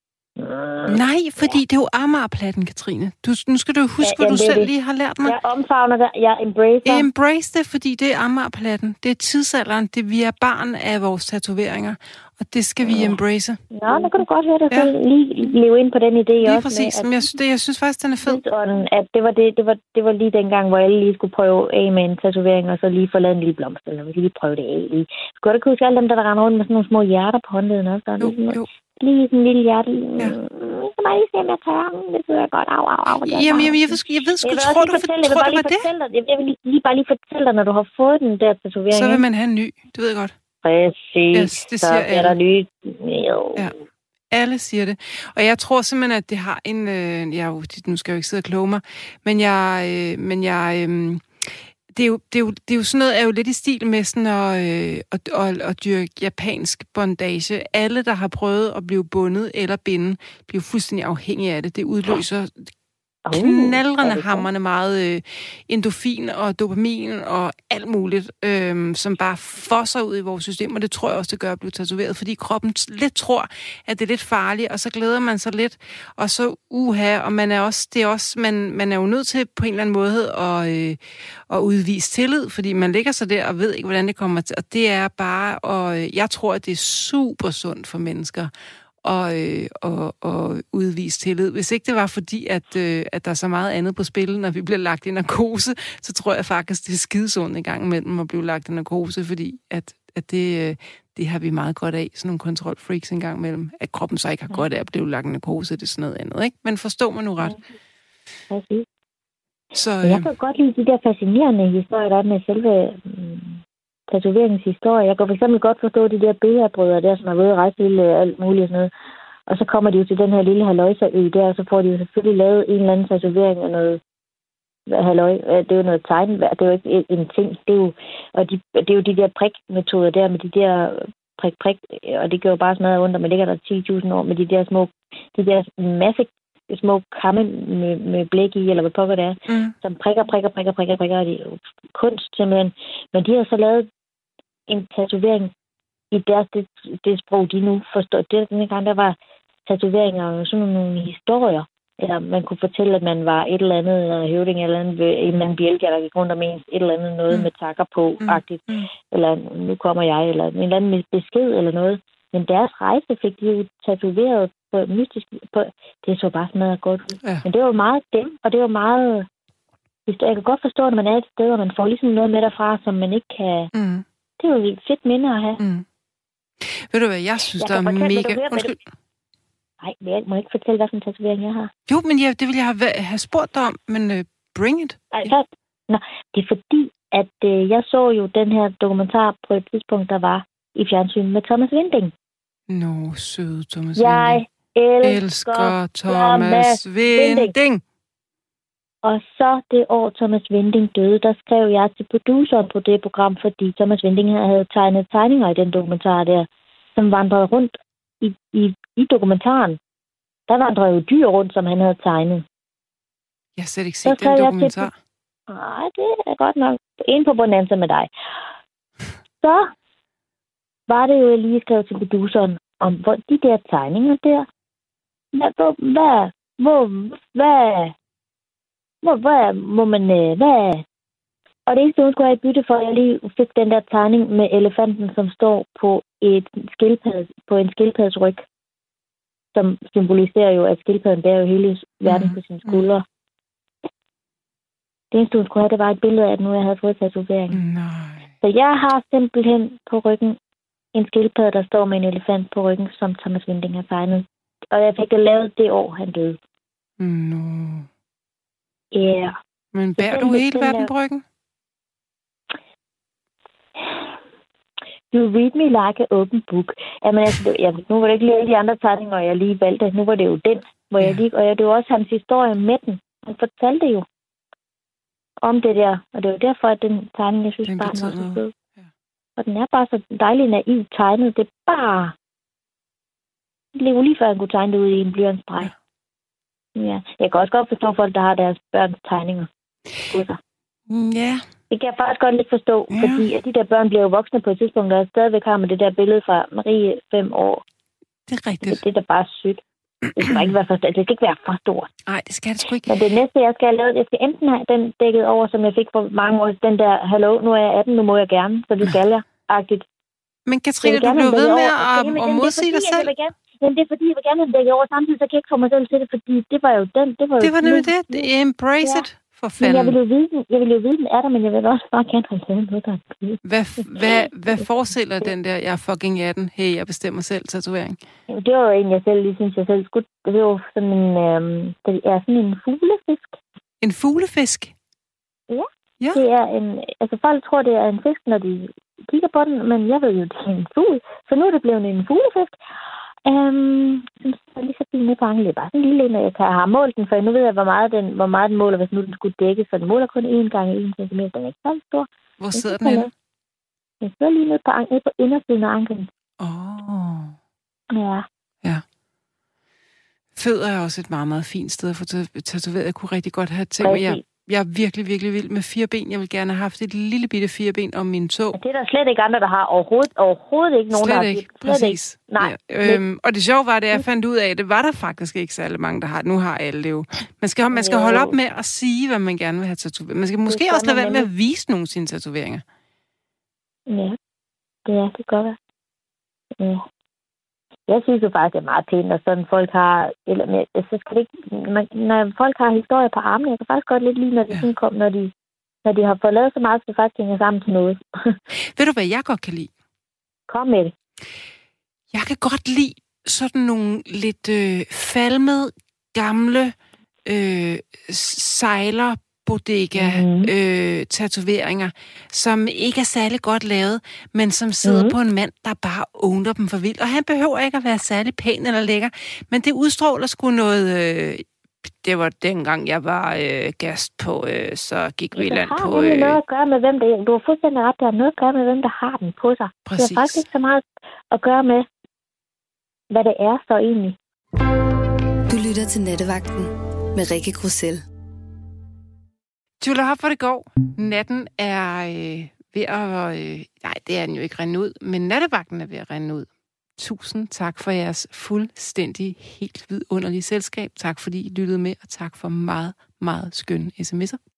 Nej, fordi ja. Det er jo Amagerplatten, Katrine. Du, nu skal du huske, ja, hvad du selv det. lige har lært mig. Jeg omfavner det. Jeg embracer. Embrace det, fordi det er Amagerplatten. Det er tidsalderen. Det, vi er barn af vores tatoveringer. Og det skal vi ja. embrace. Nå, nu kan du godt høre dig ja. lige leve ind på den idé lige også. Præcis. Med, at, jeg, det, jeg synes faktisk, den er fed. At det, var det, det, var, det var lige dengang, hvor alle lige skulle prøve af med en tatovering, og så lige få lavet en lille blomst. Eller vi lige prøve det af. Lige. Skulle du ikke huske alle dem, der, der render rundt med sådan nogle små hjerter på håndleden også? Der jo, lige, jo. Lige sådan en lille hjerte. Ja. Så må jeg lige se, om jeg tør. Det sidder godt. Au, au, au. Jamen, jamen, jeg ved, jeg ved sgu, jeg tror du, fortælle, tror, jeg du var det? Dig, jeg vil lige bare lige fortælle dig, når du har fået den der tatovering. Så vil man have en ny. Det ved jeg godt. Præcis. Yes, det så er der nye. Ja. Alle siger det. Og jeg tror simpelthen, at det har en... Øh, jeg, nu skal jeg jo ikke sidde og kloge mig, men jeg... Øh, men jeg øh, det, er jo, det, er jo, det er jo sådan noget, er jo lidt i stil med sådan at, øh, at, at, at dyrke japansk bondage. Alle, der har prøvet at blive bundet eller binde, bliver fuldstændig afhængige af det. Det udløser knaldrende, hammerne meget øh, endorfin og dopamin og alt muligt, øh, som bare fosser ud i vores system, og det tror jeg også, det gør at blive tatoveret, fordi kroppen lidt tror, at det er lidt farligt, og så glæder man sig lidt, og så uha, og man er også, det er også, man, man er jo nødt til på en eller anden måde at, øh, at udvise tillid, fordi man ligger så der og ved ikke, hvordan det kommer til, og det er bare, og øh, jeg tror, at det er super sundt for mennesker, og, øh, og, og udvise tillid. Hvis ikke det var fordi, at, øh, at der er så meget andet på spil, når vi bliver lagt i narkose, så tror jeg faktisk, det er skidesundt en gang imellem at blive lagt i narkose, fordi at, at det, øh, det har vi meget godt af, sådan nogle kontrolfreaks en gang imellem. At kroppen så ikke har godt af at blive lagt i narkose, det er sådan noget andet, ikke? Men forstår man nu ret? Præcis. Så, øh... Jeg kan godt lide de der fascinerende historier, der er med selve øh, tatoveringshistorie. Jeg kan for eksempel godt forstå de der billederbrødre der, som har været rejst til alt muligt og sådan noget. Og så kommer de jo til den her lille haløjserø der, og så får de jo selvfølgelig lavet en eller anden tatovering af noget halløj, det er jo noget tegnværk, det er jo ikke en ting. Det er jo, og de, det er jo de der prikmetoder der med de der prik, prik, og det gør jo bare sådan noget under, men ligger der ti tusind år med de der små, de der masse små kamme med, med blæk i, eller hvad pokker det er, mm. som prikker, prikker, prikker, prikker, prikker, og det er jo kunst simpelthen. Men de har så lavet en tatovering i deres, det, det sprog, de nu forstår. Det den gang, der var tatoveringer og sådan nogle historier. Eller man kunne fortælle, at man var et eller andet, eller høvding eller andet, ved en eller anden bjælke, der gik rundt om ens, et eller andet noget mm. med takker på-agtigt. Mm. Eller nu kommer jeg, eller en eller anden besked eller noget. Men deres rejse fik de jo tatoveret på mystisk. På, det så bare sådan noget godt ud. Ja. Men det var meget dem, og det var meget... Jeg kan godt forstå, at man er et sted, og man får ligesom noget med derfra, som man ikke kan... Mm. Det er jo et fedt minde at have. Mm. Ved du hvad, jeg synes, jeg der er fortælle, mega... Høre, Undskyld. Nej, jeg må ikke fortælle, hvad for en tatovering jeg har. Jo, men ja, det vil jeg have, have spurgt dig om, men uh, bring it. Ej, så, nå, det er fordi, at uh, jeg så jo den her dokumentar på et tidspunkt, der var i fjernsyn med Thomas Winding. Nå, søde Thomas jeg Winding. Jeg elsker Thomas Winding. Winding. Og så det år, Thomas Winding døde, der skrev jeg til produceren på det program, fordi Thomas Winding havde tegnet tegninger i den dokumentar der, som vandrede rundt i, i, i dokumentaren. Der vandrede jo dyr rundt, som han havde tegnet. Jeg har slet ikke set den dokumentar. Nej, det er godt nok. En på bonanza med dig. Så var det jo, jeg lige skrev til produceren, om hvor de der tegninger der, hvad, hvad, hvor, hvad, hvor, hvad må man, hvad, og det eneste, hun skulle have i bytte for, at jeg lige fik den der tegning med elefanten, som står på et skildpadde, på en skildpaddes ryg, som symboliserer jo, at skildpadden bærer jo hele verden mm. på sine skuldre. Det eneste, hun skulle have, det var et billede af, at nu jeg havde fået tatoveringen. Nej. Så jeg har simpelthen på ryggen en skildpadde, der står med en elefant på ryggen, som Thomas Winding har tegnet. Og jeg fik det lavet det år, han døde. Nå. Ja. Yeah. Men bærer du hele verden på ryggen? You read me like an open book. Jamen, altså, jeg, nu var det ikke lige de andre tegninger, jeg lige valgte. Nu var det jo den, hvor ja. jeg lige... Og det var også hans historie med den. Han fortalte jo om det der. Og det var derfor, at den tegning, jeg synes, den bare var så fed. Ja. Og den er bare så dejlig naivt tegnet. Det er bare... Det er jo lige før, han kunne tegne det ud i en blyantstreg. Ja. ja. Jeg kan også godt forstå folk, der har deres børns tegninger. Ja. Det kan jeg faktisk godt lidt forstå, ja. fordi at de der børn bliver jo voksne på et tidspunkt, og stadigvæk har med det der billede fra Marie fem år. Det er rigtigt. Det, det er da bare sygt. Det skal ikke være for, det skal ikke være for stort. Nej, det skal det sgu ikke. Men det næste, jeg skal have lavet, jeg skal enten have den dækket over, som jeg fik for mange år, den der, hallo, nu er jeg atten, nu må jeg gerne, så det skal jeg, agtigt. Men Katrine, du bliver ved med at, at modsige dig selv. Men det er fordi, jeg vil gerne have den dækket over, samtidig så kan jeg ikke få mig selv til det, fordi det var jo den, det var jo... Det var nemlig det, embrace it. For men jeg vil jo vide, jeg vil jo vide, den er der, men jeg vil også bare gerne have lavet noget, der er hvad, hvad, hvad forestiller den der, jeg er fucking atten, hey, jeg bestemmer selv tatovering? Det var jo en, jeg selv lige synes, jeg selv skulle... Det var jo sådan en... Øhm, det er sådan en fuglefisk. En fuglefisk? Ja. ja. Det er en... Altså, folk tror, det er en fisk, når de kigger på den, men jeg ved jo, det er en fugl. Så nu er det blevet en fuglefisk. Øhm, så lige så fint ned på anklen. Det er bare sådan en lille en, jeg kan have målt den, for nu ved jeg, hvor meget den, hvor meget den måler, hvis nu den skulle dække. Så den måler kun én gang en centimeter. Den er ikke så stor. Hvor sidder den henne? Den sidder lige nede på, nede på indersiden af anklen. Åh. Oh. Ja. Ja. Fødder er også et meget, meget fint sted at få tatoveret. Jeg kunne rigtig godt have tænkt mig, jeg, jeg er virkelig, virkelig vild med fire ben. Jeg vil gerne have haft et lille bitte fire ben om min tog. Det er der slet ikke andre, der har. Overhovedet, overhovedet ikke nogen, slet der har. Ikke. Slet Præcis. ikke. Nej. Ja. Øhm, og det sjove var, det jeg fandt ud af, det var der faktisk ikke særlig mange, der har. Nu har alle det jo. Man skal, man skal holde op med at sige, hvad man gerne vil have tatoveret. Man skal måske også lade være med at vise nogle af sine tatoveringer. Ja, det er det godt. Ja. Jeg synes jo faktisk, det er meget pænt, og sådan folk har... Eller, så skal det ikke, man, når folk har historier på armene, jeg kan faktisk godt lidt lide, når de, ja. sådan kom, når de, når de har fået lavet så meget, så det faktisk hænger sammen til noget. Ved du, hvad jeg godt kan lide? Kom med det. Jeg kan godt lide sådan nogle lidt øh, falmede, gamle øh, sejler bodega mm-hmm. øh, tatoveringer, som ikke er særlig godt lavet, men som sidder mm-hmm. på en mand, der bare owner dem for vildt. Og han behøver ikke at være særlig pæn eller lækker, men det udstråler sgu noget, øh, det var dengang, jeg var øh, gæst på, øh, så gik vi i land på... Det har nemlig noget at gøre med, hvem det. Du har fuldstændig ret, det har noget at gøre med, hvem der har den på sig. Præcis. Det har faktisk ikke så meget at gøre med, hvad det er så egentlig. Du lytter til Nattevagten med Rikke Grussel. Tjula, hop for det går. Natten er øh, ved at... Øh, nej, det er den jo ikke rende ud, men nattevagten er ved at rende ud. Tusind tak for jeres fuldstændig helt vidunderlige selskab. Tak fordi I lyttede med, og tak for meget, meget skønne sms'er.